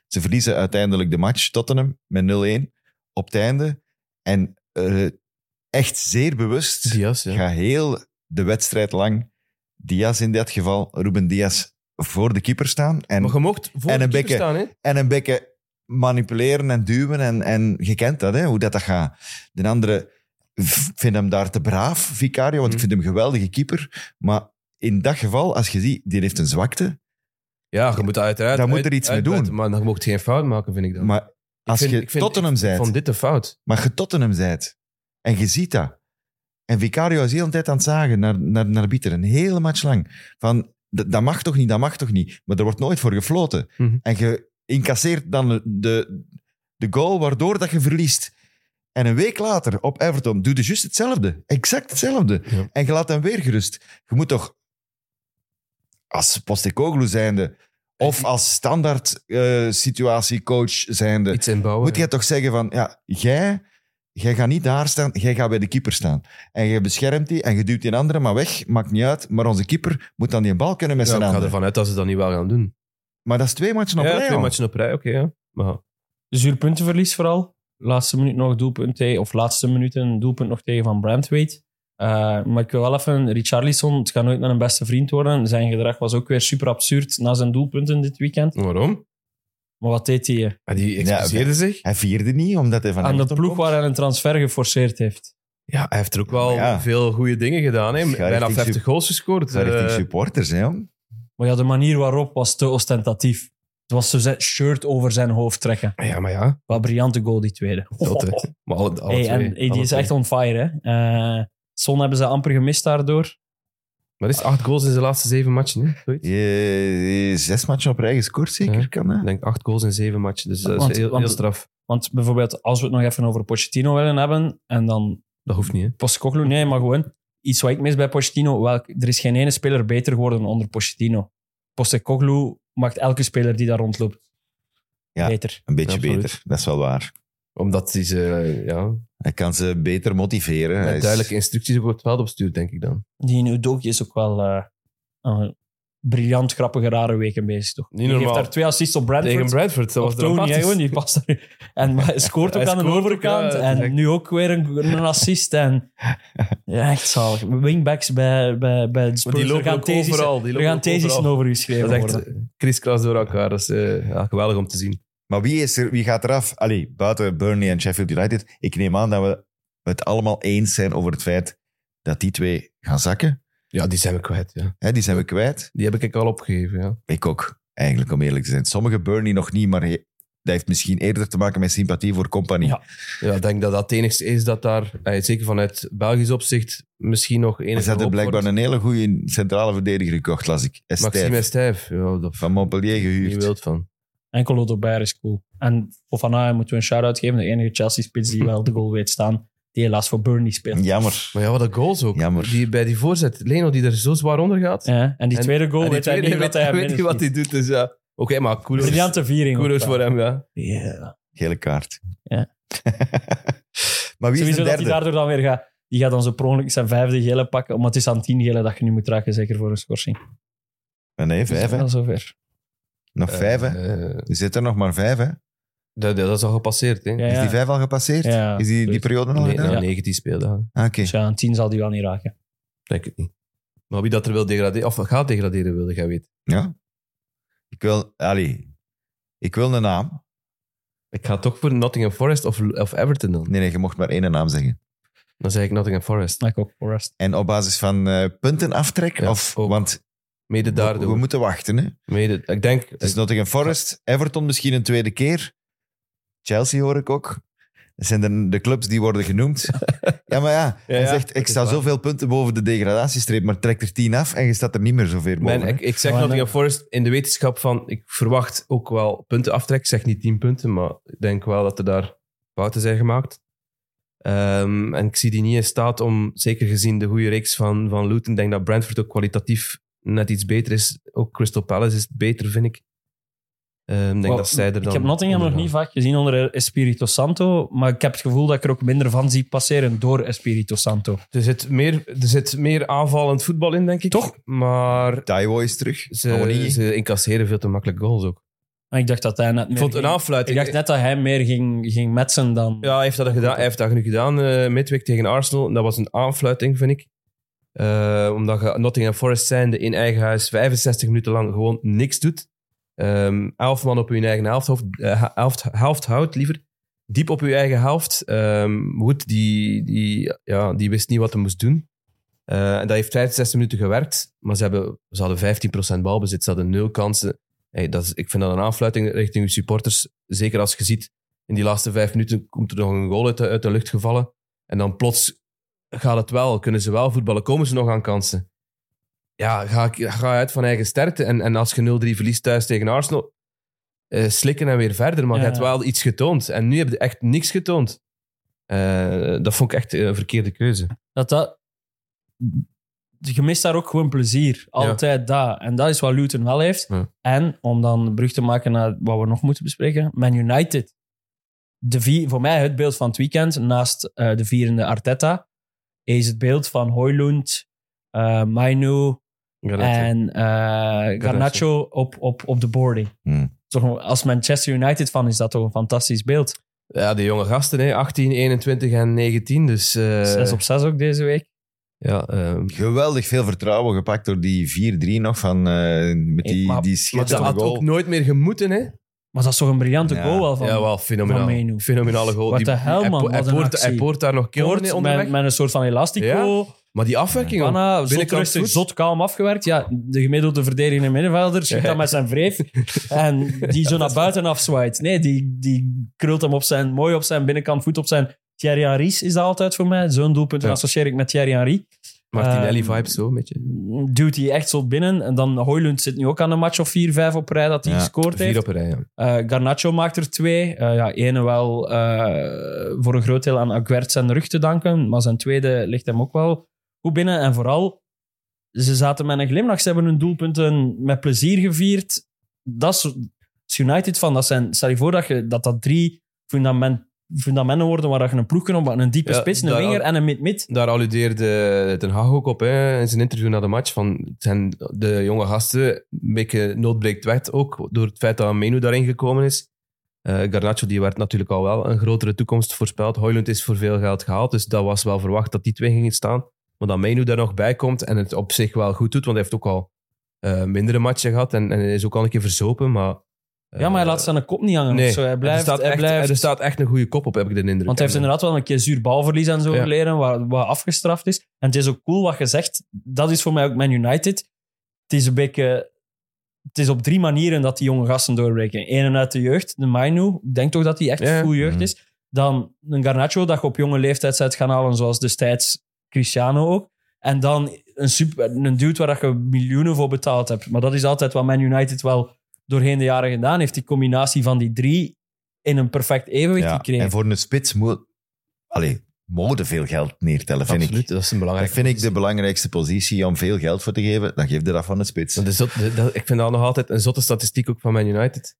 Ze verliezen uiteindelijk de match, Tottenham, met nul-een op het einde. En uh, echt zeer bewust Diaz, ja. gaat heel de wedstrijd lang Diaz in dit geval, Ruben Diaz, voor de keeper staan. En, Maar je mocht voor en de een keeper bekken- staan, hè? en een beetje manipuleren en duwen. En, en je kent dat, hè, hoe dat, dat gaat. De andere v- vindt hem daar te braaf, Vicario, want ik Hmm. vind hem een geweldige keeper. Maar in dat geval, als je ziet, die heeft een zwakte. Ja, je moet uiteraard... Daar moet uit- er iets mee uitbuiten, doen. Maar dan mocht je geen fout maken, vind ik dan. Maar als Ik vind- je ik vind- Tottenham ik zijt, vond dit de fout. maar je Tottenham zijt, en je ziet dat, en Vicario is de hele tijd aan het zagen naar, naar, naar Bitter, een hele match lang, van, d- dat mag toch niet, dat mag toch niet, maar er wordt nooit voor gefloten. Mhm. En je incasseert dan de, de goal waardoor dat je verliest. En een week later, op Everton, doe je juist hetzelfde. Exact hetzelfde. Ja. En je laat hem weer gerust. Je moet toch, als Postecoglou zijnde, of als standaard eh, situatiecoach zijnde, Iets inbouwen. moet jij toch zeggen van, ja, jij, jij gaat niet daar staan, jij gaat bij de keeper staan. En je beschermt die en je duwt die andere maar weg, maakt niet uit. Maar onze keeper moet dan die bal kunnen met Ja, zijn ik ga handen. ervan uit dat ze dat niet wel gaan doen. Maar dat is twee matchen op ja, rij twee al. matchen op rij, oké, ja. Maar Zuur puntenverlies vooral. Laatste minuut nog doelpunt tegen, of laatste minuten een doelpunt nog tegen Van Brandtwaite. Uh, maar ik wil wel even, Richarlison, het gaat nooit met een beste vriend worden. Zijn gedrag was ook weer super absurd na zijn doelpunten dit weekend. waarom? Maar wat deed hij? Ah, die excuseerde zich. Hij vierde niet, omdat hij van Aan de Everton ploeg komt. waar hij een transfer geforceerd heeft. Ja, hij heeft er ook wel Ja. veel goede dingen gedaan. Hè. Ga Bijna richting vijftig sup- goals gescoord. Ga richting Eh, supporters, hè, jong. Maar ja, de manier waarop was te ostentatief. Het was zo zijn shirt over zijn hoofd trekken. ja, maar ja. Wat een briljante goal, die tweede. Dat, hè. Maar alle, alle Hey, twee. en hey, die alle is twee. echt on fire. Hè? Uh, Son hebben ze amper gemist daardoor. Maar is acht goals in zijn laatste zeven matchen. Hè? Zoiets. Je, zes matchen op rij gescoord, zeker? Ja. Kan dat? Ik denk acht goals in zeven matchen. Dus dat Want- is heel, want- heel straf. Want bijvoorbeeld, als we het nog even over Pochettino willen hebben, en dan Dat hoeft niet, hè. Postecoglou, nee, maar gewoon iets wat ik mis bij Pochettino. Wel, er is geen ene speler beter geworden onder Pochettino. Postecoglou maakt elke speler die daar rondloopt Ja. beter. Een beetje Ja, absoluut. beter, dat is wel waar. Omdat hij ze ja, Hij kan ze beter motiveren. Hij met is- duidelijke instructies ook het veld opstuurt, denk ik dan. Die in Udogie is ook wel uh, een briljant, grappige, rare weken bezig, toch? Niet Die geeft normaal. daar twee assists op Brentford. Tegen Bradford, dat Of was Tony, dramatisch. hè, gewoon, die past daar. En maar hij scoort ook Hij aan de scoort ook, overkant. ja, het is en echt- nu ook weer een, een assist. En, ja, echt zalig. Wingbacks bij, bij, bij de Maar Spurs. die Er lopen gaan ook thesis, overal. Die er lopen gaan ook thesis overal. over geschreven Dat is echt worden. eh, kriskras door elkaar. Dat is eh, ja, geweldig om te zien. Maar wie, is er, wie gaat eraf? Allee, buiten Burnley en Sheffield United. Ik neem aan dat we het allemaal eens zijn over het feit dat die twee gaan zakken. Ja, die zijn we kwijt. Ja. Hè, die zijn we kwijt. Die heb ik al opgegeven. Ja. Ik ook, eigenlijk, om eerlijk te zijn. Sommige Burnley nog niet, maar he- dat heeft misschien eerder te maken met sympathie voor compagnie. Ja. Ja, ik denk dat dat het enigste is dat daar, eh, zeker vanuit Belgisch opzicht, misschien nog En enige ze hadden hoop blijkbaar wordt. een hele goede centrale verdediger gekocht, las ik. Maxime Estève, Stijf. Ja, dat van Montpellier niet gehuurd. wild van. Enkel Lodobert is cool. En Fofana moeten we een shout-out geven. De enige Chelsea-spits die wel de goal weet staan. Die helaas voor Burnley speelt. Jammer. Maar ja, wat een goals ook. Jammer. Die, bij die voorzet, Leno die er zo zwaar onder gaat. Ja, en die En- tweede goal en die weet hij tweede niet wat hij weet niet wat binnen hij doet. Dus ja, oké, maar kudos, Briljante viering. ook kudos wel. voor hem, ja. Ja. Gele kaart. Ja. Maar wie is de Sowieso dat hij derde? daardoor dan weer gaat... Die gaat dan zo per ongeluk zijn vijfde gele pakken. Maar het is aan tien gele dat je nu moet raken, zeker voor een schorsing. Ah, Nee, Dus vijf, hè? wel zover. Nog vijf, hè? Eh, Er zitten nog maar vijf, hè? dat, dat is al gepasseerd, hè. Ja, Is ja. die vijf al gepasseerd? Ja, is die, die zoiets. periode al Nee, gedaan? na Ja. negentien speeldagen. Ah, Oké. Dus ja, aan tien zal die wel niet raken. Denk ik niet. Maar wie dat er wil degraderen, of gaat degraderen, wilde jij weten. Ja. Ik wil... Allee. Ik wil een naam. Ik ga toch voor Nottingham Forest of, of Everton dan. Nee, nee, je mocht maar één naam zeggen. Dan zeg ik Nottingham Forest. Maar ik ook Forest. En op basis van eh puntenaftrek? Ja, of, ook. want Mede we, daardoor. we moeten wachten, hè? Mede, ik denk... Het is Nottingham Forest, Everton misschien een tweede keer. Chelsea hoor ik ook. Dat zijn de, de clubs die worden genoemd. Ja, maar ja, hij ja, zegt, dat ik is sta waar. zoveel punten boven de degradatiestreep, maar trek er tien af en je staat er niet meer zoveel boven. Mijn, hè. ik, ik zeg Maar Nottingham nee. Forest in de wetenschap van... Ik verwacht ook wel punten aftrek. Ik zeg niet tien punten, maar ik denk wel dat er daar fouten zijn gemaakt. Ehm, en ik zie die niet in staat om, zeker gezien de goede reeks van, van Luton, ik denk dat Brentford ook kwalitatief net iets beter is. Ook Crystal Palace is beter, vind ik. Ehm, ik denk Wel, dat zij er dan ik heb Nottingham nog onder niet gaan. vaak gezien onder Espirito Santo, maar ik heb het gevoel dat ik er ook minder van zie passeren door Espirito Santo. Er zit, meer, er zit meer aanvallend voetbal in, denk ik. Toch? Maar Taiwo is terug. ze, Awoniyi. ze incasseren veel te makkelijk goals ook. Maar ik dacht dat hij net meer Ik vond een ging- aanfluiting. Ik dacht net dat hij meer ging, ging metsen dan... Ja, hij heeft dat, gedaan, hij heeft dat nu gedaan uh, midweek tegen Arsenal. Dat was een aanfluiting, vind ik. Uh, omdat je Nottingham Forest zijnde in eigen huis vijfenzestig minuten lang gewoon niks doet. Um, elf man op je eigen helft, hoofd, uh, helft, helft houdt, liever. Diep op je eigen helft. Um, Wood, die, die, ja, die wist niet wat hij moest doen. Uh, en dat heeft vijfenzestig minuten gewerkt. Maar ze, hebben, ze hadden vijftien procent balbezit. Ze hadden nul kansen. Hey, dat is, ik vind dat een aanfluiting richting je supporters. Zeker als je ziet, in die laatste vijf minuten komt er nog een goal uit de, uit de lucht gevallen. En dan plots gaat het wel. Kunnen ze wel voetballen? Komen ze nog aan kansen? Ja, ga, ga uit van eigen sterkte. En, en als je nul drie verliest thuis tegen Arsenal, uh, slikken en weer verder. Maar Ja. je hebt wel iets getoond. En nu heb je echt niks getoond. Uh, dat vond ik echt een verkeerde keuze. Dat dat... Je mist daar ook gewoon plezier. Altijd dat. En dat is wat Luton wel heeft. Ja. En, om dan de brug te maken naar wat we nog moeten bespreken, Man United. De vier, voor mij het beeld van het weekend, naast uh, de vierende Arteta, is het beeld van Højlund, uh, Mainu en uh, Garnacho op, op, op de boarding. Hmm. Toch, als Manchester United fan is dat toch een fantastisch beeld. Ja, de jonge gasten, hè, achttien, eenentwintig en negentien. Dus, uh, zes op zes ook deze week. Ja, um, Geweldig veel vertrouwen gepakt door die vier drie nog van uh, met die, Maar- die maar dat schitterende had goal. ook nooit meer gemoeten, hè? Maar dat is toch een briljante Ja. goal wel van, Ja, wel, fenomenaal. van Mainu. Fenomenale goal. Wat Die- de hel, hij man, po- wat Hij een poort, actie. hij poort daar nog killen Poort onderweg. met, met een soort van elastico. Maar die afwerking... Panna, ook, zot binnenkant rustig, voet. zot kalm afgewerkt. Ja, de gemiddelde verdedigende middenvelder schiet Ja. dat met zijn wreef. En die zo naar buiten afzwaait. Nee, die, die krult hem op zijn, mooi op zijn binnenkant voet, op zijn Thierry Henry is dat altijd voor mij. Zo'n doelpunt Ja. associeer ik met Thierry Henry. Martinelli-vibes Ehm, zo, een beetje. Duwt hij echt zo binnen. En dan Højlund zit nu ook aan een match of vier, vijf op rij dat hij Ja, gescoord heeft. Vier op een rij, ja. Uh, Garnacho maakt er twee. Uh, ja, ene wel uh, voor een groot deel aan Aguert zijn rug te danken, maar zijn tweede ligt hem ook wel goed binnen. En vooral, ze zaten met een glimlach. Ze hebben hun doelpunten met plezier gevierd. Dat is als United van. Dat zijn, stel je voor dat je, dat, dat drie fundament, fundamenten worden waar je een ploeg kan op, een diepe Ja, spits, een daar- winger en een mid-mid. Daar alludeerde Ten Hag ook op, hè, in zijn interview na de match. Van, het zijn de jonge gasten, een beetje noodbreekt wet ook, door het feit dat Mainu daarin gekomen is. Uh, Garnacho die werd natuurlijk al wel een grotere toekomst voorspeld. Højlund is voor veel geld gehaald, dus dat was wel verwacht dat die twee gingen staan. Maar dat Mainu daar nog bij komt en het op zich wel goed doet, want hij heeft ook al uh, mindere matchen gehad en, en hij is ook al een keer verzopen, maar... uh, Ja, maar hij laat zijn kop niet hangen. Nee, of zo. Hij blijft, er, staat hij echt, blijft, er staat echt een goede kop op, heb ik de indruk. Want hij heeft inderdaad wel een keer zuur balverlies en zo Ja. geleden, wat, wat afgestraft is. En het is ook cool wat je zegt. Dat is voor mij ook Man United. Het is een beetje... Het is op drie manieren dat die jonge gasten doorbreken. Eén uit de jeugd, de Mainu. Ik denk toch dat hij echt Ja. goede jeugd Mhm. is. Dan een Garnacho, dat je op jonge leeftijd bent gaan halen, zoals destijds Cristiano ook. En dan een, super, een dude waar je miljoenen voor betaald hebt. Maar dat is altijd wat Man United wel doorheen de jaren gedaan heeft. Die combinatie van die drie in een perfect evenwicht Ja, gekregen. en voor een spits moet... Allee, mogen veel geld neertellen, vind Absoluut, ik. dat is een Dat belangrijke vind ik de positie. belangrijkste positie om veel geld voor te geven. Dan geef je dat van een spits. Dat is zot, dat, ik vind dat nog altijd een zotte statistiek ook van Man United.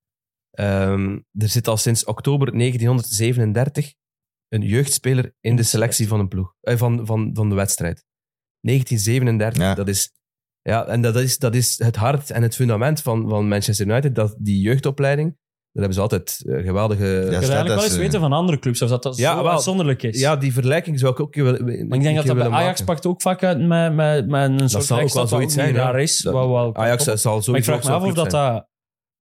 Ehm, er zit al sinds oktober negentienhonderdzevenendertig een jeugdspeler in de selectie van een ploeg. Eh, van, van, van de wedstrijd. negentien zevenendertig, Ja. dat is... Ja, en dat is, dat is het hart en het fundament van, van Manchester United, dat die jeugdopleiding, daar hebben ze altijd eh, geweldige... Ja, Ik wil staat eigenlijk wel als, eens eh, weten van andere clubs, of dat, dat Ja, zo wel. uitzonderlijk is. Ja, die vergelijking zou ik ook... wel- Maar ik denk dat dat bij Ajax pakt ook vaak uit met, met, met een soort zal ook extra wel zoiets wat zijn, niet ja. raar is. Dat- wat wel kan Ajax kloppen. zal Maar sowieso ik vraag ook me zo af of goed dat, zijn. dat,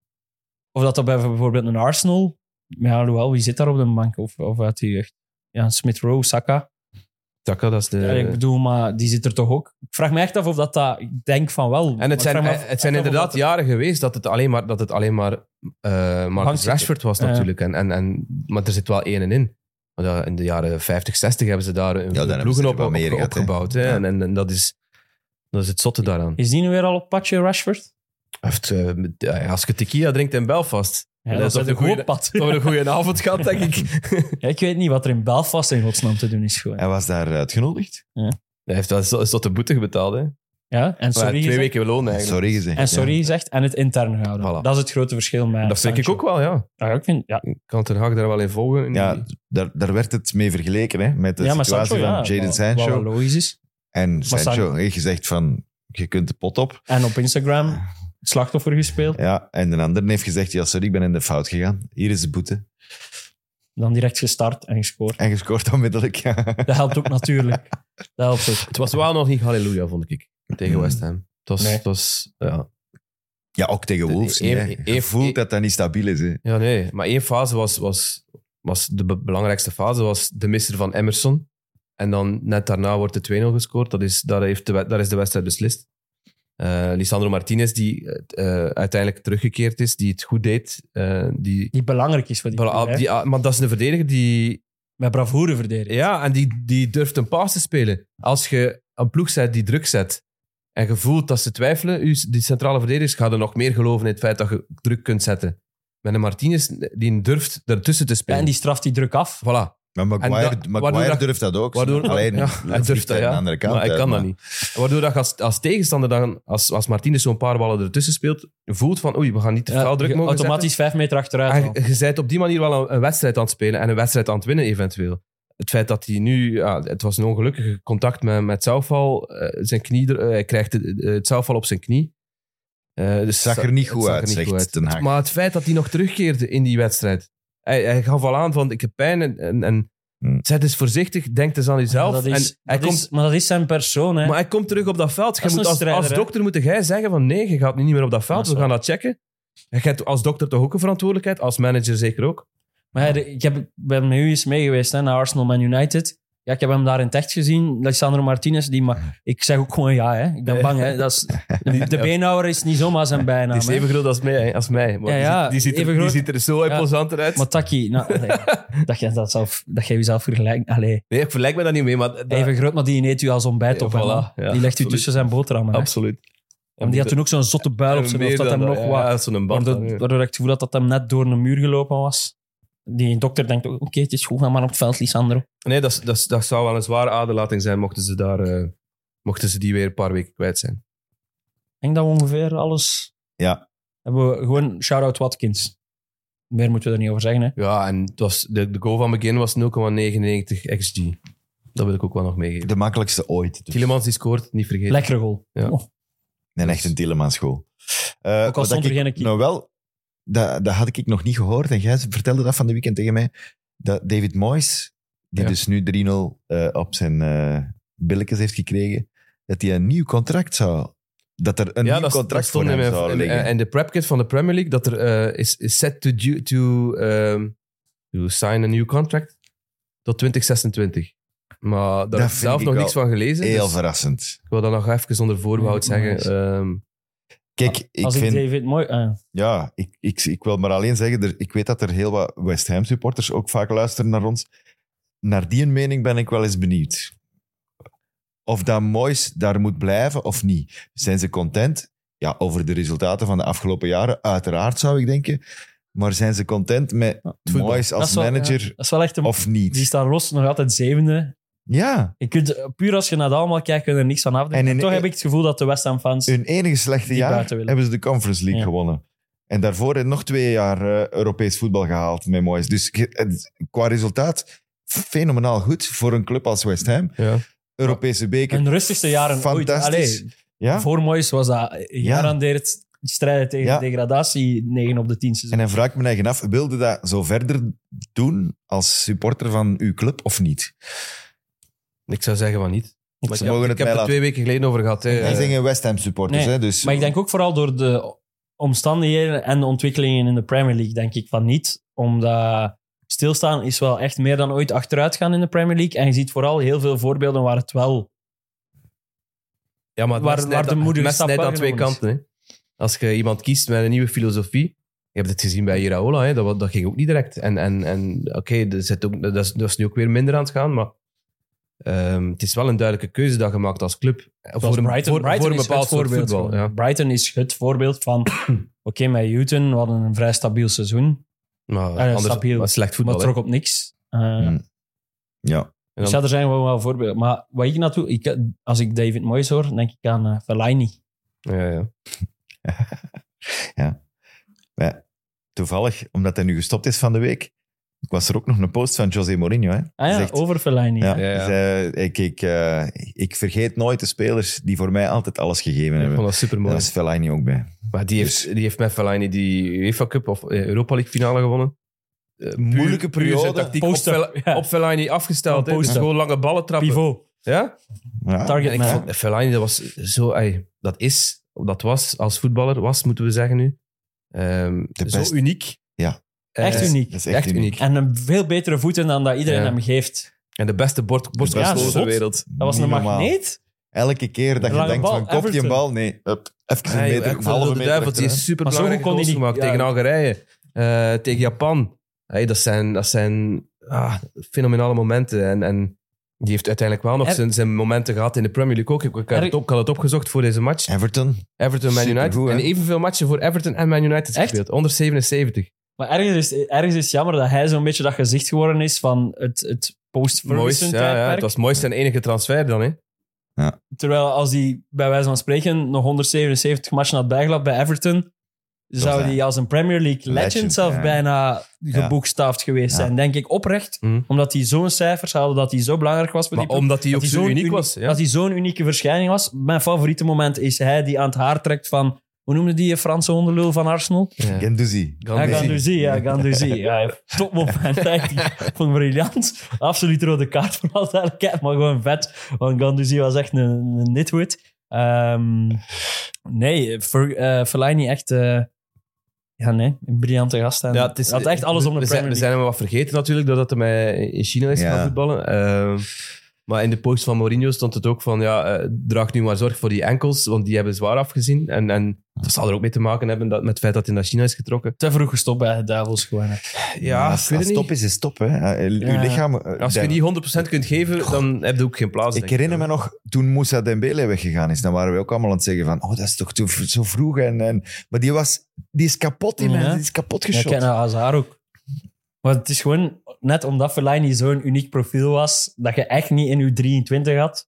of dat dat bij bijvoorbeeld een Arsenal... Ja, alhoewel, wie zit daar op de bank? Of, of uit de jeugd? Ja, Smith Rowe, Saka. Taka, dat is de... Ja, ik bedoel, maar die zit er toch ook. Ik vraag me echt af of dat... dat ik denk van wel. Maar En het ik zijn, vraag me af- het zijn echt af of inderdaad dat- jaren geweest dat het alleen maar, dat het alleen maar eh, Marcus Hangt- Rashford was Ja. natuurlijk. En, en, en, maar er zit wel één in. Want ja, in de jaren vijftig, zestig hebben ze daar een dan hebben ploegen ze op, er wel op, meer op, gehad, hè. opgebouwd. Hè. Ja. En, en, en dat, is, dat is het zotte daaraan. Is die nu weer al op padje, Rashford? Hij heeft, eh, met- ja, als je tequila drinkt in Belfast, Ja, dat dat is is toch een een goeie- goed pad. toch een goede avond gehad, denk ik. Ja, ik weet niet wat er in Belfast in godsnaam te doen is. Gewoon. Hij was daar uitgenodigd. Hij heeft wel een zotte boete betaald. Hè. Ja, en Maar sorry twee gezegd. weken loon eigenlijk. Sorry gezegd. En sorry ja. gezegd. En het intern houden. Voilà. Dat is het grote verschil met Dat vind ik Sancho. ook wel, ja. Ja, ik vind... Ja, Ik kan Ten Hag daar wel in volgen. Ja, daar, daar werd het mee vergeleken, hè, met de ja maar situatie Sancho, ja. van Jadon wat- Sancho. Wat wel logisch is. En San- Sancho heeft gezegd van, je kunt de pot op. En op Instagram slachtoffer gespeeld. Ja, en de andere heeft gezegd, ja, sorry, ik ben in de fout gegaan. Hier is de boete. Dan direct gestart en gescoord. En gescoord onmiddellijk, ja. Dat helpt ook natuurlijk. Dat helpt ook. Het was wel nog niet halleluja, vond ik, tegen Mm. West Ham. Het was, Nee. het was ja. Ja, ook tegen Wolves. Eén- niet, hè. één- Je voelt één- dat dat niet stabiel is. Hè. ja, nee. Maar één fase was, was, was de be- belangrijkste fase, was de misser van Emerson. En dan net daarna wordt de twee nul gescoord. Dat is, daar, heeft de, wed- daar is de wedstrijd beslist. Uh, Lisandro Martinez, die uh, uiteindelijk teruggekeerd is, die het goed deed. Uh, die, Die belangrijk is voor die Voilà, ploeg, hè. die, ah, maar dat is een verdediger die... Met bravoure verdedigen. Ja, en die, die durft een paas te spelen. Als je een ploeg zet die druk zet en je voelt dat ze twijfelen, u- die centrale verdedigers gaan er nog meer geloven in het feit dat je druk kunt zetten. Met een Martinez die durft ertussen te Ja, spelen. en die straft die druk af. Voilà. Maar Maguire, En dat- Maguire waardoor dat- durft dat ook. Waardoor, Alleen, ja, hij durft dat, aan ja. de andere kant. maar hij uit, kan dat maar- niet. Waardoor dat je als, als tegenstander dan, als, als Martinez zo'n paar ballen ertussen speelt, voelt van oei, we gaan niet te Ja, veel druk je mogen automatisch vijf meter achteruit. zetten. gaan. En je, je bent op die manier wel een, een wedstrijd aan het spelen en een wedstrijd aan het winnen eventueel. Het feit dat hij nu... Ja, het was een ongelukkige contact met, met Southall. Uh, zijn knie, er- uh, hij krijgt de- de- het Southall op zijn knie. Uh, dus Het zag er niet het goed zag er uit, niet zegt goed uit. Ten Hag. Maar het feit dat hij nog terugkeerde in die wedstrijd. Hij, hij gaf al aan van, ik heb pijn en... en, en Hmm. Zet eens voorzichtig, denk eens aan jezelf. Maar dat is, en hij dat komt, is, maar dat is zijn persoon. Hè. maar hij komt terug op dat veld. Je Dat is moet een als, strijder, als hè? dokter moet jij zeggen van nee, je gaat nu niet meer op dat veld. Dat is We gaan dat checken. Je hebt als dokter toch ook een verantwoordelijkheid? Als manager zeker ook. Maar ja, de- ik heb, ik ben met u eens mee geweest hè, naar Arsenal Man United. Ja, ik heb hem daar in het echt gezien. Lisandro Martinez. Die ma- ik zeg ook gewoon ja. Hè. Ik ben bang. Hè. Dat is, de beenhouwer is niet zomaar zijn bijnaam. Die is hè. even groot als mij. hè, Als mij. Maar Ja, ja, die, ziet, die, ziet even er, die groot. ziet er zo imposanter uit. Maar Taki, nou, nee, dat jij dat zelf, dat jij jezelf vergelijkt. Allee, Nee, ik vergelijk me dat niet mee. Maar dat- even groot, maar die eet u als ontbijt Ja, op. hè, voilà. man. Ja, die legt u absoluut. tussen zijn boterhammen. hè. Absoluut. En die had toen ook zo'n zotte buil op zijn hoofd. Dat hem nog ja, wat... ja, zo'n band. Waardoor, dan, ja. waardoor ik het gevoel had dat hem net door een muur gelopen was. Die dokter denkt ook, oké, het is goed, ga maar op het veld, Lisandro. Nee, dat, is- dat, is- dat zou wel een zware aderlating zijn mochten ze, daar, eh, mochten ze die weer een paar weken kwijt zijn. Ik denk dat we ongeveer alles... Ja. Hebben we gewoon shout-out Watkins. Meer moeten we er niet over zeggen, hè. Ja, en het was, de, de goal van McGinn was nul komma negenennegentig x g. Dat wil ik ook wel nog meegeven. De makkelijkste ooit. Dus. Tielemans die scoort, niet vergeten. Lekkere goal. Ja. Oh, En echt een Tielemans goal. Uh, Ook al wat stond er ik geen keeper. Nou wel, dat, dat had ik nog niet gehoord. En jij vertelde dat van de weekend tegen mij. Dat David Moyes, die Ja. dus nu drie nul uh, op zijn uh, billetjes heeft gekregen, dat hij een nieuw contract zou... Dat er een ja, nieuw dat, dat contract stond voor in, hem mijn- zou in, liggen. in de prepkit van de Premier League dat er uh, is, is set to, due, to, um, to sign a new contract tot twintig zesentwintig. Maar daar Dat heb ik vind zelf ik nog wel niks van gelezen. Heel dus verrassend. ik wil dat nog even zonder voorbehoud Ja, zeggen. nice. Um, Kijk, ik Als ik vind... David mooi... ah, Ja, ik, ik, ik wil maar alleen zeggen, er, ik weet dat er heel wat West Ham supporters ook vaak luisteren naar ons. Naar die mening ben ik wel eens benieuwd. Of dat Moyes daar moet blijven of niet. Zijn ze content? Ja, over de resultaten van de afgelopen jaren, uiteraard zou ik denken. Maar zijn ze content met voetbal. Moyes dat als is wel- manager ja, dat is wel echt een... of niet? Die staan los, nog altijd zevende. Ja, Je kunt, puur als je naar dat allemaal kijkt, kun je er niks van afdenken. En En in- toch heb ik het gevoel dat de West Ham fans... hun enige slechte Die jaar buiten willen. hebben ze de Conference League Ja. gewonnen. En daarvoor hebben nog twee jaar eh, Europees voetbal gehaald met Moyes. Dus ge- het- qua resultaat fenomenaal goed voor een club als West Ham. ja. Europese beker. Hun rustigste jaren ooit. Fantastisch. Allee, Ja? Voor Moyes was dat gegarandeerd strijden tegen Ja. degradatie, negen op de tien En seizoen. dan vraag ik me eigen af, wilde dat zo verder doen als supporter van uw club of niet? Ik zou zeggen van niet. Maar Ze ik mogen heb, het ik heb mij er twee weken geleden over gehad. Hè. Wij Eh, zijn West Ham supporters, Nee, hè, dus... Maar ik denk ook vooral door de omstandigheden en de ontwikkelingen in de Premier League, denk ik van niet. Omdat stilstaan is wel echt meer dan ooit achteruit gaan in de Premier League. En je ziet vooral heel veel voorbeelden waar het wel... Ja, maar Waar- waar, waar de moedige mes stap snijdt wel aan twee genomen is. kanten. Hè. Als je iemand kiest met een nieuwe filosofie, je hebt het gezien bij Iraola, hè, dat, wa- dat ging ook niet direct. En, en, en oké, okay, dat, is- dat is nu ook weer minder aan het gaan, maar ehm, het is wel een duidelijke keuze dat je maakt als club. Zoals Voor een, Brighton, voor, Brighton voor een is bepaald het soort voorbeeld. voetbal. gewoon. Ja. Brighton is het voorbeeld van... Oké, met Luton, we hadden een vrij stabiel seizoen. Maar, ja, anders, stabiel. maar slecht voetbal. Maar hè. trok op niks. Uh, Hmm. Ja. En Dus dan- ja, er zijn wel wel voorbeelden. Maar wat ik naartoe... Ik, als ik David Moyes hoor, denk ik aan uh, Fellaini. ja, ja. ja. Maar toevallig, omdat hij nu gestopt is van de week, was er ook nog een post van José Mourinho. Hè? Ah ja, Die zegt, over Fellaini. ja, Ja, ja. die zei, ik, ik, eh, ik vergeet nooit de spelers die voor mij altijd alles gegeven Ik hebben. vond dat super mooi. Daar is Fellaini ook bij. Maar die heeft, Dus- die heeft met Fellaini die UEFA Cup of eh, Europa League finale gewonnen. Uh, Moeilijke periode. Zijn tactiek op, Poster, Fel- ja. op Fellaini afgesteld. Hè. Dus Poster. gewoon lange ballen trappen. Pivot. Ja? Ja. Target En ik man. vond Fellaini, dat was zo... Ey, dat is, dat was als voetballer, was, moeten we zeggen nu. Ehm, De zo best- uniek. Ja. Echt Eh, uniek. Dat is echt, Echt uniek. uniek. En een veel betere voeten dan dat iedereen Ja. hem geeft. En de beste bord, borstkastoor Ja, ter zot. wereld. Dat was Niet een normaal. magneet. Elke keer dat je Lange denkt bal, van, kopt die een Everton. bal? Nee, Hup, even een Hey, meter, ik een vond halve de meter duivel, die is achteruit. super Maar zo belangrijke kon hij goals niet- gemaakt. ja. Tegen Algerije, eh, tegen Japan. Hey, dat zijn, dat zijn ah, fenomenale momenten. En, en die heeft uiteindelijk wel nog Er- zijn, zijn momenten gehad in de Premier League ook. Ik, ik, had, het op, ik had het opgezocht voor deze match. Everton. Everton, Man United. Supergoed, hè? En evenveel matchen voor Everton en Man United Echt? gespeeld. honderdzevenenzeventig. Maar ergens is, ergens is het jammer dat hij zo'n beetje dat gezicht geworden is van het, het Moois. post-Ferguson-tijdperk. Ja, ja, het was mooi zijn enige transfer dan. Hè. Terwijl als hij bij wijze van spreken nog honderdzevenenzeventig matchen had bijgelapt bij Everton, zou hij. hij als een Premier League legend, Legend, zelf ja. bijna geboekstaafd geweest Ja. zijn. Denk ik oprecht. Mhm. Omdat hij zo'n cijfers haalde, dat hij zo belangrijk was voor Maar die ploeg. omdat hij ook Dat zo zo'n uniek uni- was. Ja. Dat hij zo'n unieke verschijning was. Mijn favoriete moment is hij die aan het haar trekt van... Hoe noemde die Franse hondenlul van Arsenal? Ja. Gendouzi. Ja, Gandhi. Gandouzi. Ja, Gandouzi. Ja, topmoment. Echt. Ik vond het briljant. Absoluut rode kaart voor alle duidelijkheid, maar gewoon vet. Want Gandouzi was echt een, een nitwit. Ehm, nee, Fer, eh, Fellaini echt... eh, ja, nee, een briljante gast. En Ja, het is, hij had echt alles om de we zijn, Premier we League. zijn hem wat vergeten natuurlijk, doordat hij mij in China is Ja. gaan voetballen. Ehm, maar in de post van Mourinho stond het ook van, ja, eh, draag nu maar zorg voor die enkels, want die hebben zwaar afgezien. En, en dat zal er ook mee te maken hebben dat, met het feit dat hij naar China is getrokken. Te vroeg gestopt bij de Duivels gewoon. hè. Ja, als, ik weet als het stop niet. is, is stop. Hè. Uh, Uw Ja. lichaam... uh, Als je dat- die honderd procent kunt geven, dan heb je ook geen plaats. Ik denk herinner me nog, toen Moussa Dembele weggegaan is, dan waren we ook allemaal aan het zeggen van, oh, dat is toch te, zo vroeg. En, en, maar die, was, die is kapot, die Ja. man. Die is kapot Ja, geschot. kijk naar Hazard ook. Maar het is gewoon, net omdat Fellaini zo'n uniek profiel was, dat je echt niet in je drieëntwintig had.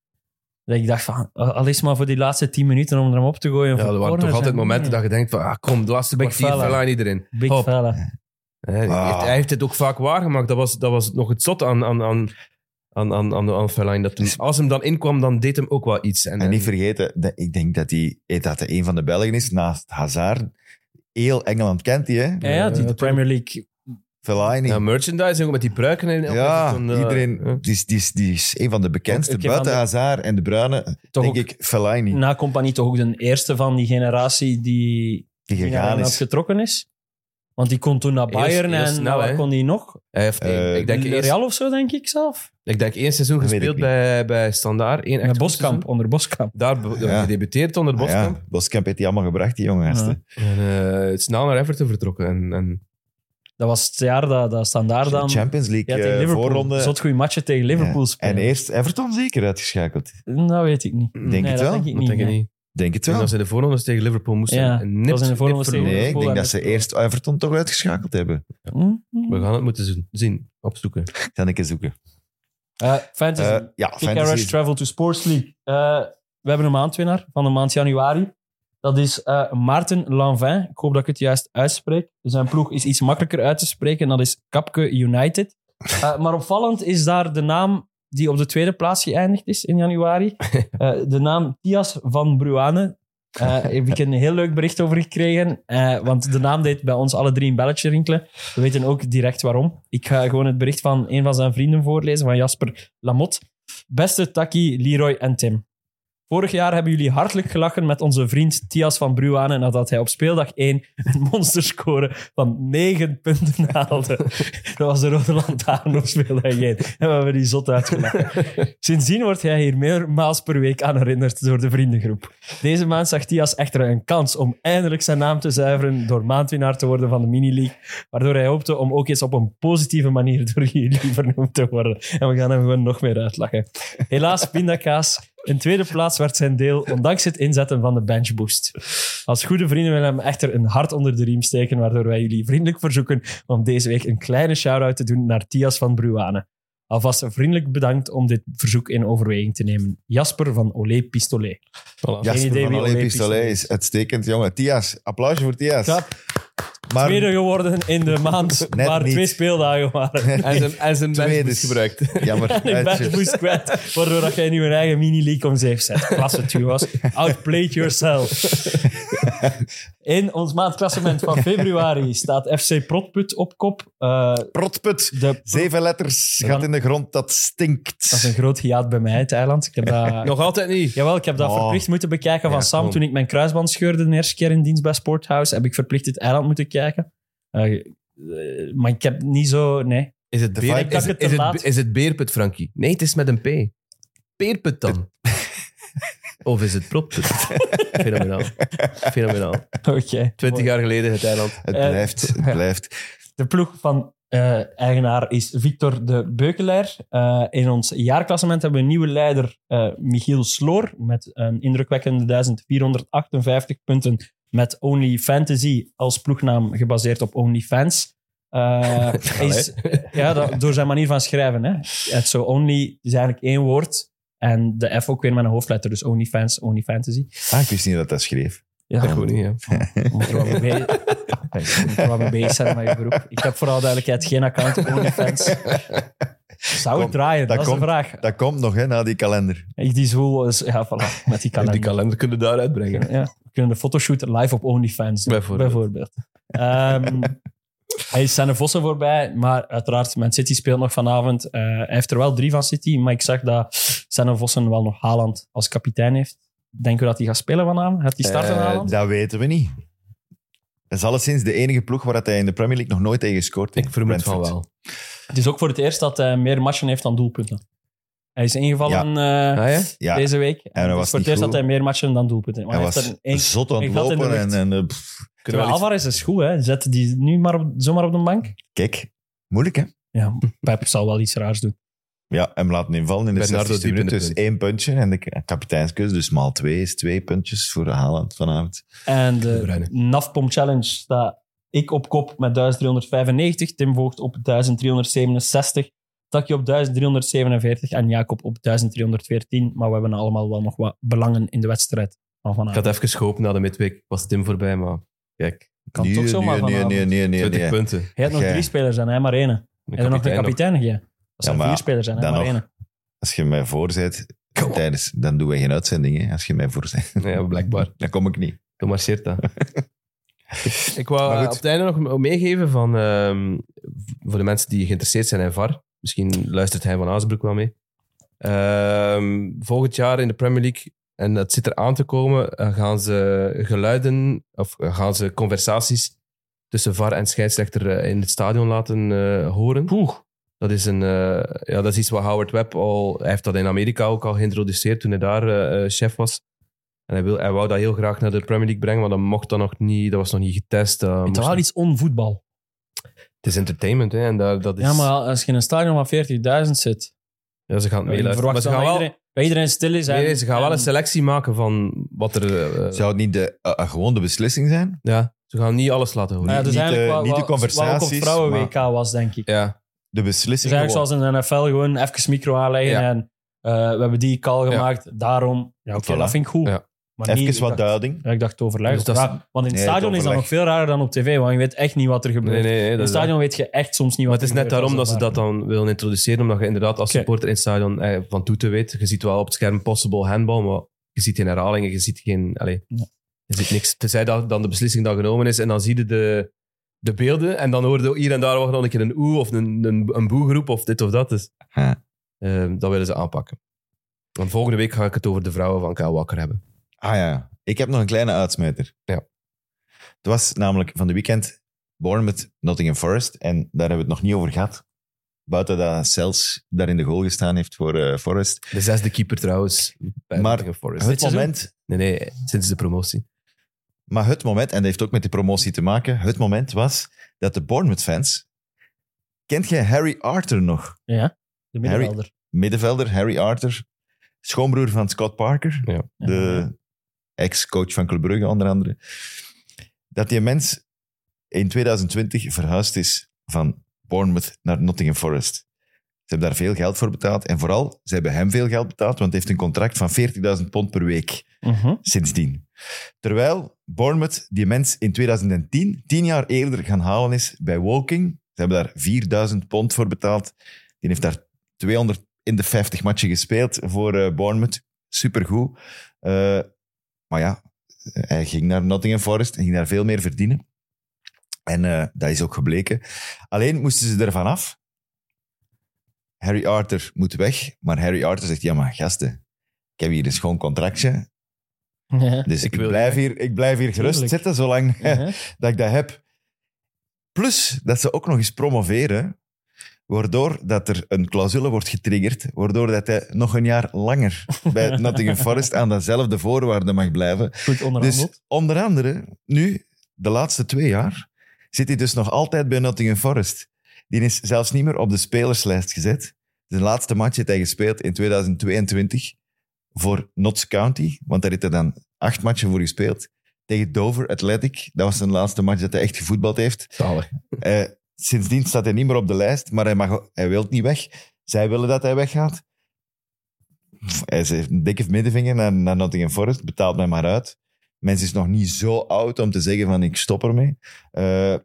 Dat ik dacht van, al is maar voor die laatste tien minuten om er hem op te gooien. Ja, er waren toch altijd momenten dat je denkt van, ah, kom, de laatste Big kwartier, fella. Fellaini erin. Big Hop. fella. Hij, Ah. heeft, hij heeft het ook vaak waargemaakt. Dat was, dat was nog het zot aan, aan, aan, aan, aan, aan, aan Fellaini. Dat toen, als hem dan inkwam, dan deed hem ook wel iets. En, En niet en- vergeten, dat- ik denk dat hij dat hij een van de Belgen is, naast Hazard. Heel Engeland kent hij, hè? Ja, ja, die de Premier League. Fellaini. ja, Ja, merchandising ook met die pruiken. En, Everton, eh, iedereen... ja. Die is, die, is, die is een van de bekendste. Ook een van Buiten de- Hazard en de Bruyne, Toch denk ook ik, Fellaini. na Compagnie toch ook de eerste van die generatie die, die die naar gegaan Engeland is. getrokken is. Want die kon toen naar Heel- Bayern heel en snel, waar hè. kon die nog? Hij heeft, Eh, ik, denk De eerst, Real of zo, denk ik zelf. ik denk één seizoen Dat weet gespeeld ik niet. bij, bij Standaard. Één echt Met goed Boskamp, seizoen. onder Boskamp. Daar be- Ja. gedebuteerd onder Ah, Boskamp. ja, Boskamp heeft hij allemaal gebracht, die jonge gasten. En uh, snel naar Everton vertrokken. En, en Dat was het jaar dat, dat Standaard dan... Champions Ja, League tegen eh, Liverpool. voorronde. Zot goede matchen tegen Liverpool Ja. spelen. En eerst Everton zeker uitgeschakeld. Dat weet ik niet. Denk nee, het dat wel. denk ik dat niet. denk ik nee. niet. Denk het En wel. als ze de voorrondes tegen Liverpool moesten. Ja, en dat nipt, was in de voorrondes nipt tegen verloren. Nee, ik Liverpool denk en dat ze het- eerst Everton toch uitgeschakeld hebben. Mm, We gaan het moeten zien, zien opzoeken. Ik ga een keer zoeken. Uh, fantasy. Eh, ja, Kick and fantasy. Rush Travel to Sports League. Uh, we hebben een maandwinnaar van de maand januari. Dat is uh, Maarten Lanvin. Ik hoop dat ik het juist uitspreek. Zijn ploeg is iets makkelijker uit te spreken. En dat is Kapke United. Uh, maar opvallend is daar de naam die op de tweede plaats geëindigd is in januari. Uh, de naam Thias van Bruane. Uh, heb ik een heel leuk bericht over gekregen. Uh, want de naam deed bij ons alle drie een belletje rinkelen. We weten ook direct waarom. Ik ga gewoon het bericht van een van zijn vrienden voorlezen, van Jasper Lamotte. Beste Taki, Leroy en Tim. Vorig jaar hebben jullie hartelijk gelachen met onze vriend Thias van Bruane nadat hij op speeldag één een monsterscore van negen punten haalde. Dat was de Rode Lantaarn op speeldag één. En we hebben die zot uitgelachen. Sindsdien wordt hij hier meermaals per week aan herinnerd door de vriendengroep. Deze maand zag Thias echter een kans om eindelijk zijn naam te zuiveren door maandwinnaar te worden van de mini-league, waardoor hij hoopte om ook eens op een positieve manier door jullie vernoemd te worden. En we gaan hem gewoon nog meer uitlachen. Helaas, pindakaas. In tweede plaats werd zijn deel, ondanks het inzetten van de benchboost. Als goede vrienden willen we hem echter een hart onder de riem steken, waardoor wij jullie vriendelijk verzoeken om deze week een kleine shout-out te doen naar Thias van Bruane. Alvast vriendelijk bedankt om dit verzoek in overweging te nemen. Jasper van Olé Pistolet. Voilà. Jasper idee van wie Olé Olé Pistolet Pistolet is uitstekend, jongen. Thias, applausje voor Thias. Ja, Maar tweede geworden in de maand Net waar niet. twee speeldagen waren. En zijn, en zijn Tweede. benchboost gebruikt. jammer. En ik ben boost kwijt, waardoor dat jij nu een eigen mini-league om zeef zet. Klasse, Thuas. Outplayed yourself. In ons maandklassement van februari staat F C Protput op kop. Uh, Protput. de, Zeven letters, Dan- gaat in de grond, dat stinkt. dat is een groot hiaat bij mij, het eiland. Ik heb dat, Nog altijd niet. jawel, ik heb dat Oh. verplicht moeten bekijken van Ja, Sam kom. toen ik mijn kruisband scheurde de eerste keer in dienst bij Sporthouse. Heb ik verplicht het eiland moeten kijken. Uh, uh, maar ik heb niet zo... Nee. Is het, De beer, vibe- is, Ik dacht het is, te het, laat. is het beerput, Frankie? Nee, het is met een P. Peerput dan. Of is het propput? Fenomenaal. Fenomenaal. Oké. Twintig jaar geleden het eiland. Het Eh, blijft, het ja. blijft. De ploeg van uh, eigenaar is Victor de Beukelaar. Uh, in ons jaarklassement hebben we een nieuwe leider, uh, Michiel Sloor, met een indrukwekkende duizend vierhonderdachtenvijftig punten met Only Fantasy als ploegnaam gebaseerd op OnlyFans. Uh, hij is, ja, dat, door zijn manier van schrijven. Hè. Het zo Only is eigenlijk één woord en de F ook weer met een hoofdletter, dus OnlyFans, Only Fantasy. Ah, ik wist niet dat dat schreef. Ja, Dat gewoon niet, ja. je moet er wel mee, be- je moet er wel mee bezig zijn met je beroep. Ik heb vooral duidelijkheid geen account op OnlyFans. Zou het Kom, draaien? Dat, dat is de komt- vraag. Dat komt nog, hè, na die kalender. Ik die zwoel is... Ja, voilà, met die En kalender. die kalender kunnen daar uitbrengen. Ja, we kunnen de fotoshoot live op OnlyFans doen, Bijvoorbeeld. bijvoorbeeld. Ehm, hij is Senne Vossen voorbij, maar uiteraard, Man City speelt nog vanavond. Uh, hij heeft er wel drie van City, maar ik zag dat Senne Vossen wel nog Haaland als kapitein heeft. Denken we dat hij gaat spelen vanavond? Gaat hij starten Eh, Haaland? dat weten we niet. Dat is alleszins de enige ploeg waar hij in de Premier League nog nooit tegen gescoord heeft. Ik vermoed van Brentford. wel. Het is ook voor het eerst dat hij meer matchen heeft dan doelpunten. Hij is ingevallen eh, Ah, ja? Ja, deze week. dat En het was is voor niet het eerst goed. dat hij meer matchen dan doelpunten heeft. hij Maar hij was heeft er één- zot aan het een gat in de lopen. En, lucht. en, eh, pff. Kunnen we wel iets- Alvarez is goed, hè? Zet die nu maar op, zomaar op de bank? Kijk, moeilijk hè? Ja, Pep zal wel iets raars doen. Ja, hem laten invallen in de Bernardo zestigste diep in minuut. de Dus punt. één puntje en de kapiteinskeus. Dus maal twee is twee puntjes voor Haaland vanavond. En De de Bruyne. Nafpom Challenge sta ik op kop met duizend driehonderdvijfennegentig, Tim Voogd op duizend driehonderdzevenenzestig, Taki op duizend driehonderdzevenenveertig en Jacob op duizend driehonderdveertien. Maar we hebben allemaal wel nog wat belangen in de wedstrijd van Ik vanavond. had even gehopen na de midweek. Was Tim voorbij, maar kijk, Kan nee, toch zomaar nee, nee, vanavond. nee, nee, nee, twintig nee. punten. Hij had nog Jij- drie spelers en hij maar één. En De er nog een kapitein gegeven. Dat zijn Ja, maar vier spelers en hij dan maar nog. één. Als je mij voorzet, tijdens, dan doen we geen uitzending. Hè, als je mij voorzet. Ja, blijkbaar. Dan kom ik niet. Toen marcheert dat. Ik wou Maar eh, goed. op het einde nog meegeven van, ehm, voor de mensen die geïnteresseerd zijn in V A R. Misschien luistert hij van Azenbroek wel mee. Ehm, volgend jaar in de Premier League, en dat zit er aan te komen, eh, gaan ze geluiden of eh, gaan ze conversaties tussen V A R en scheidsrechter eh, in het stadion laten eh, horen. Dat is, een, eh, ja, dat is iets wat Howard Webb al... Hij heeft dat in Amerika ook al geïntroduceerd toen hij daar eh, eh, chef was. En hij, wil, hij wou dat heel graag naar de Premier League brengen, maar dat mocht dan nog niet. Dat was nog niet getest. dat Het moest is wel niet. iets onvoetbal. Het is entertainment, hè. En dat, dat is, Ja, maar als je in een stadion van veertigduizend zit, ja, ze gaan het je meeluisteren. Maar verwacht ze dan gaan dat wel... iedereen, dat iedereen stil is. Nee, en- nee, ze gaan wel en- een selectie maken van wat er... eh, Zou het niet de, uh, uh, gewoon de beslissing zijn? ja, ze gaan niet alles laten horen. Ja, dus niet eigenlijk de- wat- niet de wat- wat ook op conversaties, vrouwen-W K was, denk ik. Ja, De Dus beslissing eigenlijk gewoon. zoals in de N F L gewoon even micro aanleggen Ja. en eh, we hebben die call gemaakt, daarom. Ja, oké, Voilà. dat vind ik goed. Ja. Maar Even niet, ik wat dacht- duiding. Ja, ik dacht overleg. Dus dat is- Ja, want in het Nee, stadion het is dat nog overleg. veel raarder dan op tv, want je weet echt niet wat er gebeurt. nee, nee. nee in dat het is dat. stadion weet je echt soms niet Maar wat het is er net gebeurt. daarom dat ze is dat dan willen introduceren, omdat je inderdaad als Oké. supporter in het stadion eh, van toeten weet. Je ziet wel op het scherm possible handball, maar je ziet geen herhalingen, je ziet geen... Allez, Ja. je ziet niks. Tenzij dat dan de beslissing dan genomen is en dan zie je de, de beelden en dan hoor je hier en daar nog een keer een oe of een, een, een boegeroep of dit of dat. Dus, Ja. eh, dat willen ze aanpakken. Want volgende week ga ik het over de vrouwen van Kyle Walker hebben. Ah ja, ik heb nog een kleine uitsmijter. Ja. Het was namelijk van de weekend Bournemouth, Nottingham Forest. En daar hebben we het nog niet over gehad. Buiten dat Cels daar in de goal gestaan heeft voor eh, Forest. De zesde keeper trouwens bij Maar Nottingham Forest. Het seizoen? moment, Nee, nee, sinds de promotie. maar het moment, en dat heeft ook met die promotie te maken, het moment was dat de Bournemouth-fans... Kent jij Harry Arthur nog? Ja, de middenvelder. Middenvelder, Harry Arthur. Schoonbroer van Scott Parker. Ja. De ex-coach van Club Brugge, onder andere. Dat die mens in twintig twintig verhuisd is van Bournemouth naar Nottingham Forest. Ze hebben daar veel geld voor betaald. En vooral, ze hebben hem veel geld betaald, want hij heeft een contract van veertigduizend pond per week Mhm. sindsdien. Terwijl Bournemouth die mens in twintig tien, tien jaar eerder gaan halen is bij Woking. Ze hebben daar vierduizend pond voor betaald. Die heeft daar tweehonderdvijftig matchen gespeeld voor uh, Bournemouth. Supergoed. Uh, maar ja, Hij ging naar Nottingham Forest en ging daar veel meer verdienen. En uh, dat is ook gebleken. Alleen moesten ze ervan af. Harry Arthur moet weg. Maar Harry Arthur zegt, ja maar gasten, ik heb hier een schoon contractje. Ja. Dus ik, Ik wil blijf hier, ik blijf hier gerust Tuurlijk. zitten zolang Uh-huh. dat ik dat heb. Plus dat ze ook nog eens promoveren, waardoor dat er een clausule wordt getriggerd, waardoor dat hij nog een jaar langer bij Nottingham Forest aan dezelfde voorwaarden mag blijven. Goed onderhandeld. Dus onder andere, nu, de laatste twee jaar, zit hij dus nog altijd bij Nottingham Forest. Die is zelfs niet meer op de spelerslijst gezet. De laatste match heeft hij gespeeld in tweeduizend tweeëntwintig voor Notts County, want daar heeft hij dan acht matchen voor gespeeld. Tegen Dover Athletic. Dat was zijn laatste match dat hij echt gevoetbald heeft. Zalig. Uh, sindsdien staat hij niet meer op de lijst, maar hij, mag, hij wil niet weg. Zij willen dat hij weggaat. Hij heeft een dikke middenvinger naar, naar Nottingham Forest, betaalt mij maar uit. Mens is nog niet zo oud om te zeggen van ik stop ermee. Uh,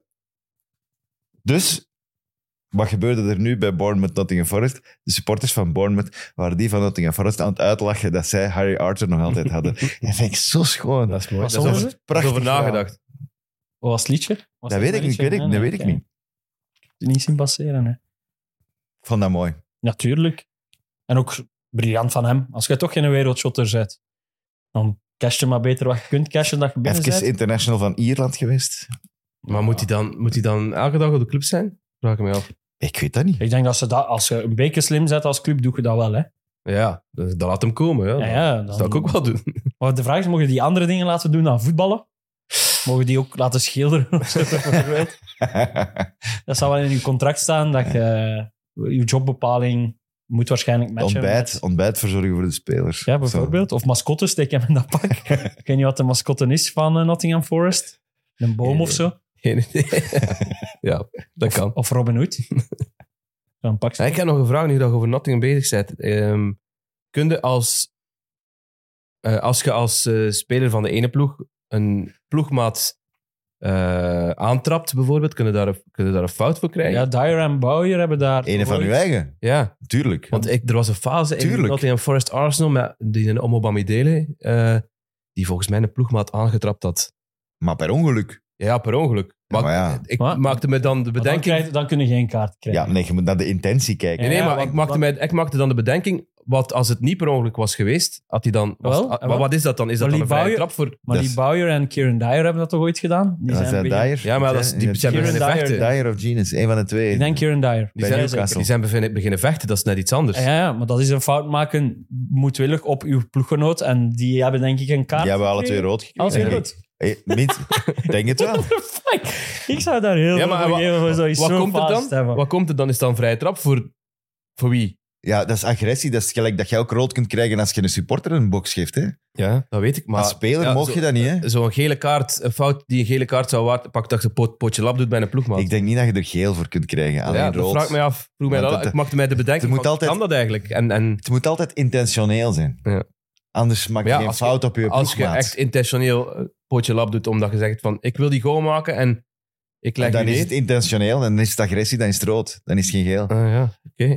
dus, wat gebeurde er nu bij Bournemouth Nottingham Forest? De supporters van Bournemouth waren die van Nottingham Forest aan het uitlachen dat zij Harry Arthur nog altijd hadden. Dat vind ik zo schoon. Dat is mooi. Wat Dat is zongen over, ze? Prachtig over verhaal. nagedacht. Wat was het liedje? Was Dat weet ik niet, weet ik, Nee, dat nee, weet ik oké. niet. Niet zien passeren, hè. Ik vond dat mooi. Natuurlijk. En ook briljant van hem. Als je toch geen wereldshotter zet, dan cash je maar beter wat je kunt cashen dat je binnen Even zet. international van Ierland geweest. Maar moet hij, dan, moet hij dan elke dag op de club zijn? Vraag ik me af. Ik weet dat niet. Ik denk dat ze dat, als je een beetje slim zet als club, doe je dat wel, hè. Ja, dus dat laat hem komen. Ja. Ja, ja, Dat dan- zou ik ook wel doen. Maar de vraag is, mogen die andere dingen laten doen dan voetballen? Mogen die ook laten schilderen? of zo, bijvoorbeeld? Dat zou wel in je contract staan, dat je je jobbepaling moet waarschijnlijk matchen. Ontbijt, met- ontbijt verzorgen voor de spelers. Ja, bijvoorbeeld. Of mascotten, steek hem in dat pak. Ik weet niet wat de mascotte is van uh, Nottingham Forest. Een boom of zo. Geen idee. Ja, dat kan. Of Robin Hood. Zo'n pak. Ja, ik heb nog een vraag nu dat je over Nottingham bezig bent. Um, kun je als, uh, als je als uh, speler van de ene ploeg een ploegmaat uh, aantrapt, bijvoorbeeld, kun je, daar een, kun je daar een fout voor krijgen? Ja, Dyer en Bowyer hebben daar... Ene van uw eigen, Ja, tuurlijk. want ik, er was een fase in Tuurlijk. Nottingham Forest Arsenal met die een Omo Bamidele, uh, die volgens mij een ploegmaat aangetrapt had. Maar per ongeluk. Ja, per ongeluk. Maar maar ja. ik Wat? maakte me dan de Maar Dan, bedenking... krijg, dan kun je geen kaart krijgen. Ja, nee, je moet naar de intentie kijken. Nee, nee, Ja, maar want- ik, maakte want- mij, ik maakte dan de bedenking, wat als het niet per ongeluk was geweest, had hij dan... Was, Wel, ah, wel. maar wat is dat dan? Is dat Maar dan die een vrije Bowyer- trap voor... Maar Dat die is- Bowyer en Kieran Dyer hebben dat toch ooit gedaan? Die Dat is dat begin- Dyer? Ja, maar dat is, die zijn Kieran beginnen Dyer. vechten. Dyer of Genius, een van de twee. Ik denk Kieran Dyer. Die bij zijn, Newcastle. die zijn beginnen, beginnen vechten, dat is net iets anders. Ja, ja, maar dat is een fout maken moedwillig op uw ploeggenoot. En die hebben denk ik een kaart. Die hebben alle twee gekregen. rood gekregen. Alle twee denk rood. ik. Hey, niet, ik denk het wel. Fuck. Ik zou daar heel Ja, veel maar voor wa- geven voor zoiets Wat zo komt er vast dan? hebben. Wat komt er dan? Is dan een vrije trap voor, voor wie? Ja, dat is agressie. Dat is gelijk dat je ook rood kunt krijgen als je een supporter een box geeft. Hè? Ja, dat weet ik. Maar Als speler ja, mocht zo- je dat niet. Hè? Zo'n gele kaart, een fout die een gele kaart zou waard pak dat je pot, potje lap doet bij een ploegmaat. Ik denk niet dat je er geel voor kunt krijgen. Alleen ja, dat rood. vraag ik mij af. Vroeg mij Want dat, het- ik maakte mij de bedenking het moet van, altijd- kan dat eigenlijk? En, en Het moet altijd intentioneel zijn. Ja. Anders maak je Maar ja, geen als je- fout op je als je ploegmaat. echt intentioneel een potje lap doet, omdat je zegt van, ik wil die goal maken en ik leg En dan die is neer. het intentioneel, dan is het agressie, dan is het rood. Dan is het geen geel. Ah, ja, oké.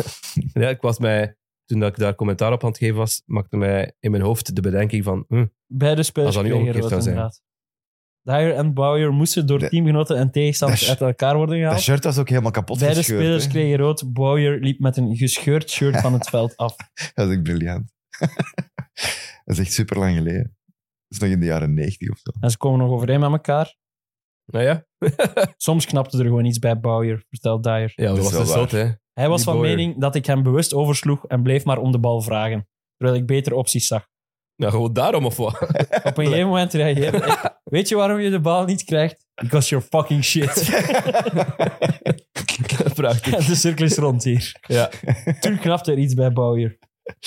ja, ik was mij, toen dat ik daar commentaar op aan het geven was, maakte mij in mijn hoofd de bedenking van, hm, Beide spelers Als dat niet kregen omgekeerd rood, zou zijn. inderdaad. Dyer en Bowyer moesten door De- teamgenoten en tegenstanders Dat- uit elkaar worden Dat gehaald. shirt was ook helemaal kapot Beide gescheurd. spelers hè. kregen rood. Bowyer liep met een gescheurd shirt van het veld af. Dat is echt briljant. dat is echt super lang geleden. Dat is nog in de jaren negentig of zo. En ze komen nog overeen met elkaar. nou ja. Soms knapte er gewoon iets bij Bowyer, vertelt Dyer. Ja, dat is was wel een zot, hè. Hij was Die van Bowyer. mening dat ik hem bewust oversloeg en bleef maar om de bal vragen. Terwijl ik betere opties zag. Nou, gewoon daarom of wat? Op een gegeven moment reageerde ik. Weet je waarom je de bal niet krijgt? Because you're fucking shit. Prachtig. En de cirkel is rond hier. Ja. Toen knapte er iets bij Bowyer.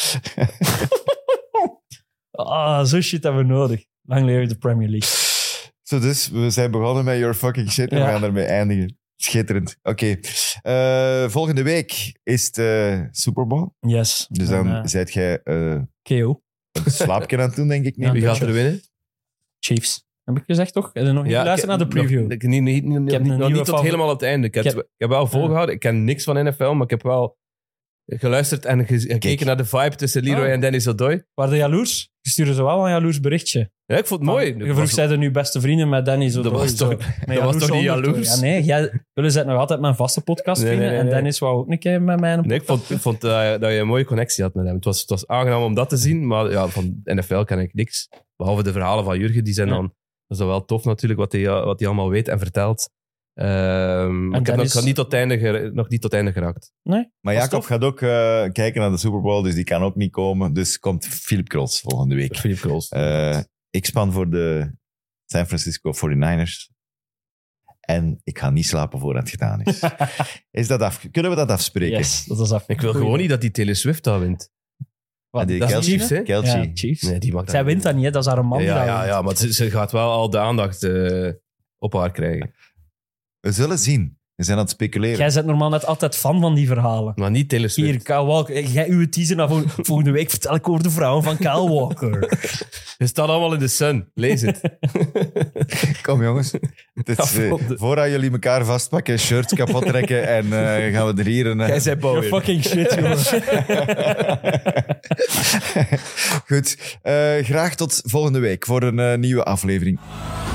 Ah, zo shit hebben we nodig. Lang leven de Premier League. Zo dus, we zijn begonnen met Your Fucking Shit en Ja. we gaan ermee eindigen. Schitterend. Oké. Eh, volgende week is het eh, Super Bowl. Yes. Dus dan En, eh, zijt jij eh, K O. een slaapje aan het doen, denk ik. Ja. Wie gaat er winnen? Chiefs. Heb ik gezegd, toch? Heb je nog niet geluisterd naar de preview? Nog, ik, niet, niet, niet, Ik heb niet- een nog nieuwe niet tot favori- helemaal op het einde. Ik heb, Ik heb- ik heb wel volgehouden. Ik ken niks van N F L, maar ik heb wel geluisterd en ge- gekeken Kijk. naar de vibe tussen Leroy Oh. en Dennis Odoi. Waren de jaloers? Ik stuurde zo wel een jaloers berichtje. Ja, ik vond het mooi. Je Dat vroeg, was- zijn er nu beste vrienden met Danny? Zo Dat door- was zo- toch- met dat was jaloers toch niet ondertoon. jaloers? Ja, nee, jij, jullie zijn nog altijd mijn vaste podcastvrienden. Nee, nee, nee, En nee. Dennis wou ook een keer met mij een Nee, ik vond, ik vond dat, je, dat je een mooie connectie had met hem. Het was, het was aangenaam om dat te zien, maar ja, van N F L ken ik niks. Behalve de verhalen van Jurgen, die zijn Ja. dan... Dat is dan wel tof natuurlijk, wat hij, wat hij allemaal weet en vertelt. Ehm, ik heb nog, Dennis- nog niet tot het einde gera- nog niet tot het einde geraakt. Nee? Maar Was Jacob tof? gaat ook eh, kijken naar de Super Bowl, dus die kan ook niet komen. Dus komt Philip Krols volgende week. Philippe Krols. Eh, ik span voor de San Francisco forty-niners. En ik ga niet slapen voordat het gedaan is. is dat af, kunnen we dat afspreken? Yes, dat is af. Ik wil gewoon niet dat die Taylor Swift dat wint. En die dat is Kelce, Chiefs, hè? Kelce. Ja, Chiefs. Nee, die mag dat Zij niet wint dat niet, hè? Dat is haar man. Ja, die ja, dat ja, wint. maar ze, ze gaat wel al de aandacht eh, op haar krijgen. We zullen zien. We zijn aan het speculeren. Jij bent normaal net altijd fan van die verhalen. Maar niet Taylor Swift. Hier, Kyle Walker. Jij uw teaser naar vol- volgende week vertel ik over de vrouwen van Kyle Walker. Het staat allemaal in de sun. Lees het. Kom jongens. Het is, eh, Afronden. voordat jullie elkaar vastpakken, shirts kapot trekken en eh, gaan we er hier een... eh, Jij zei You're Bowen. fucking shit, jongen. Goed. Eh, graag tot volgende week voor een eh, nieuwe aflevering.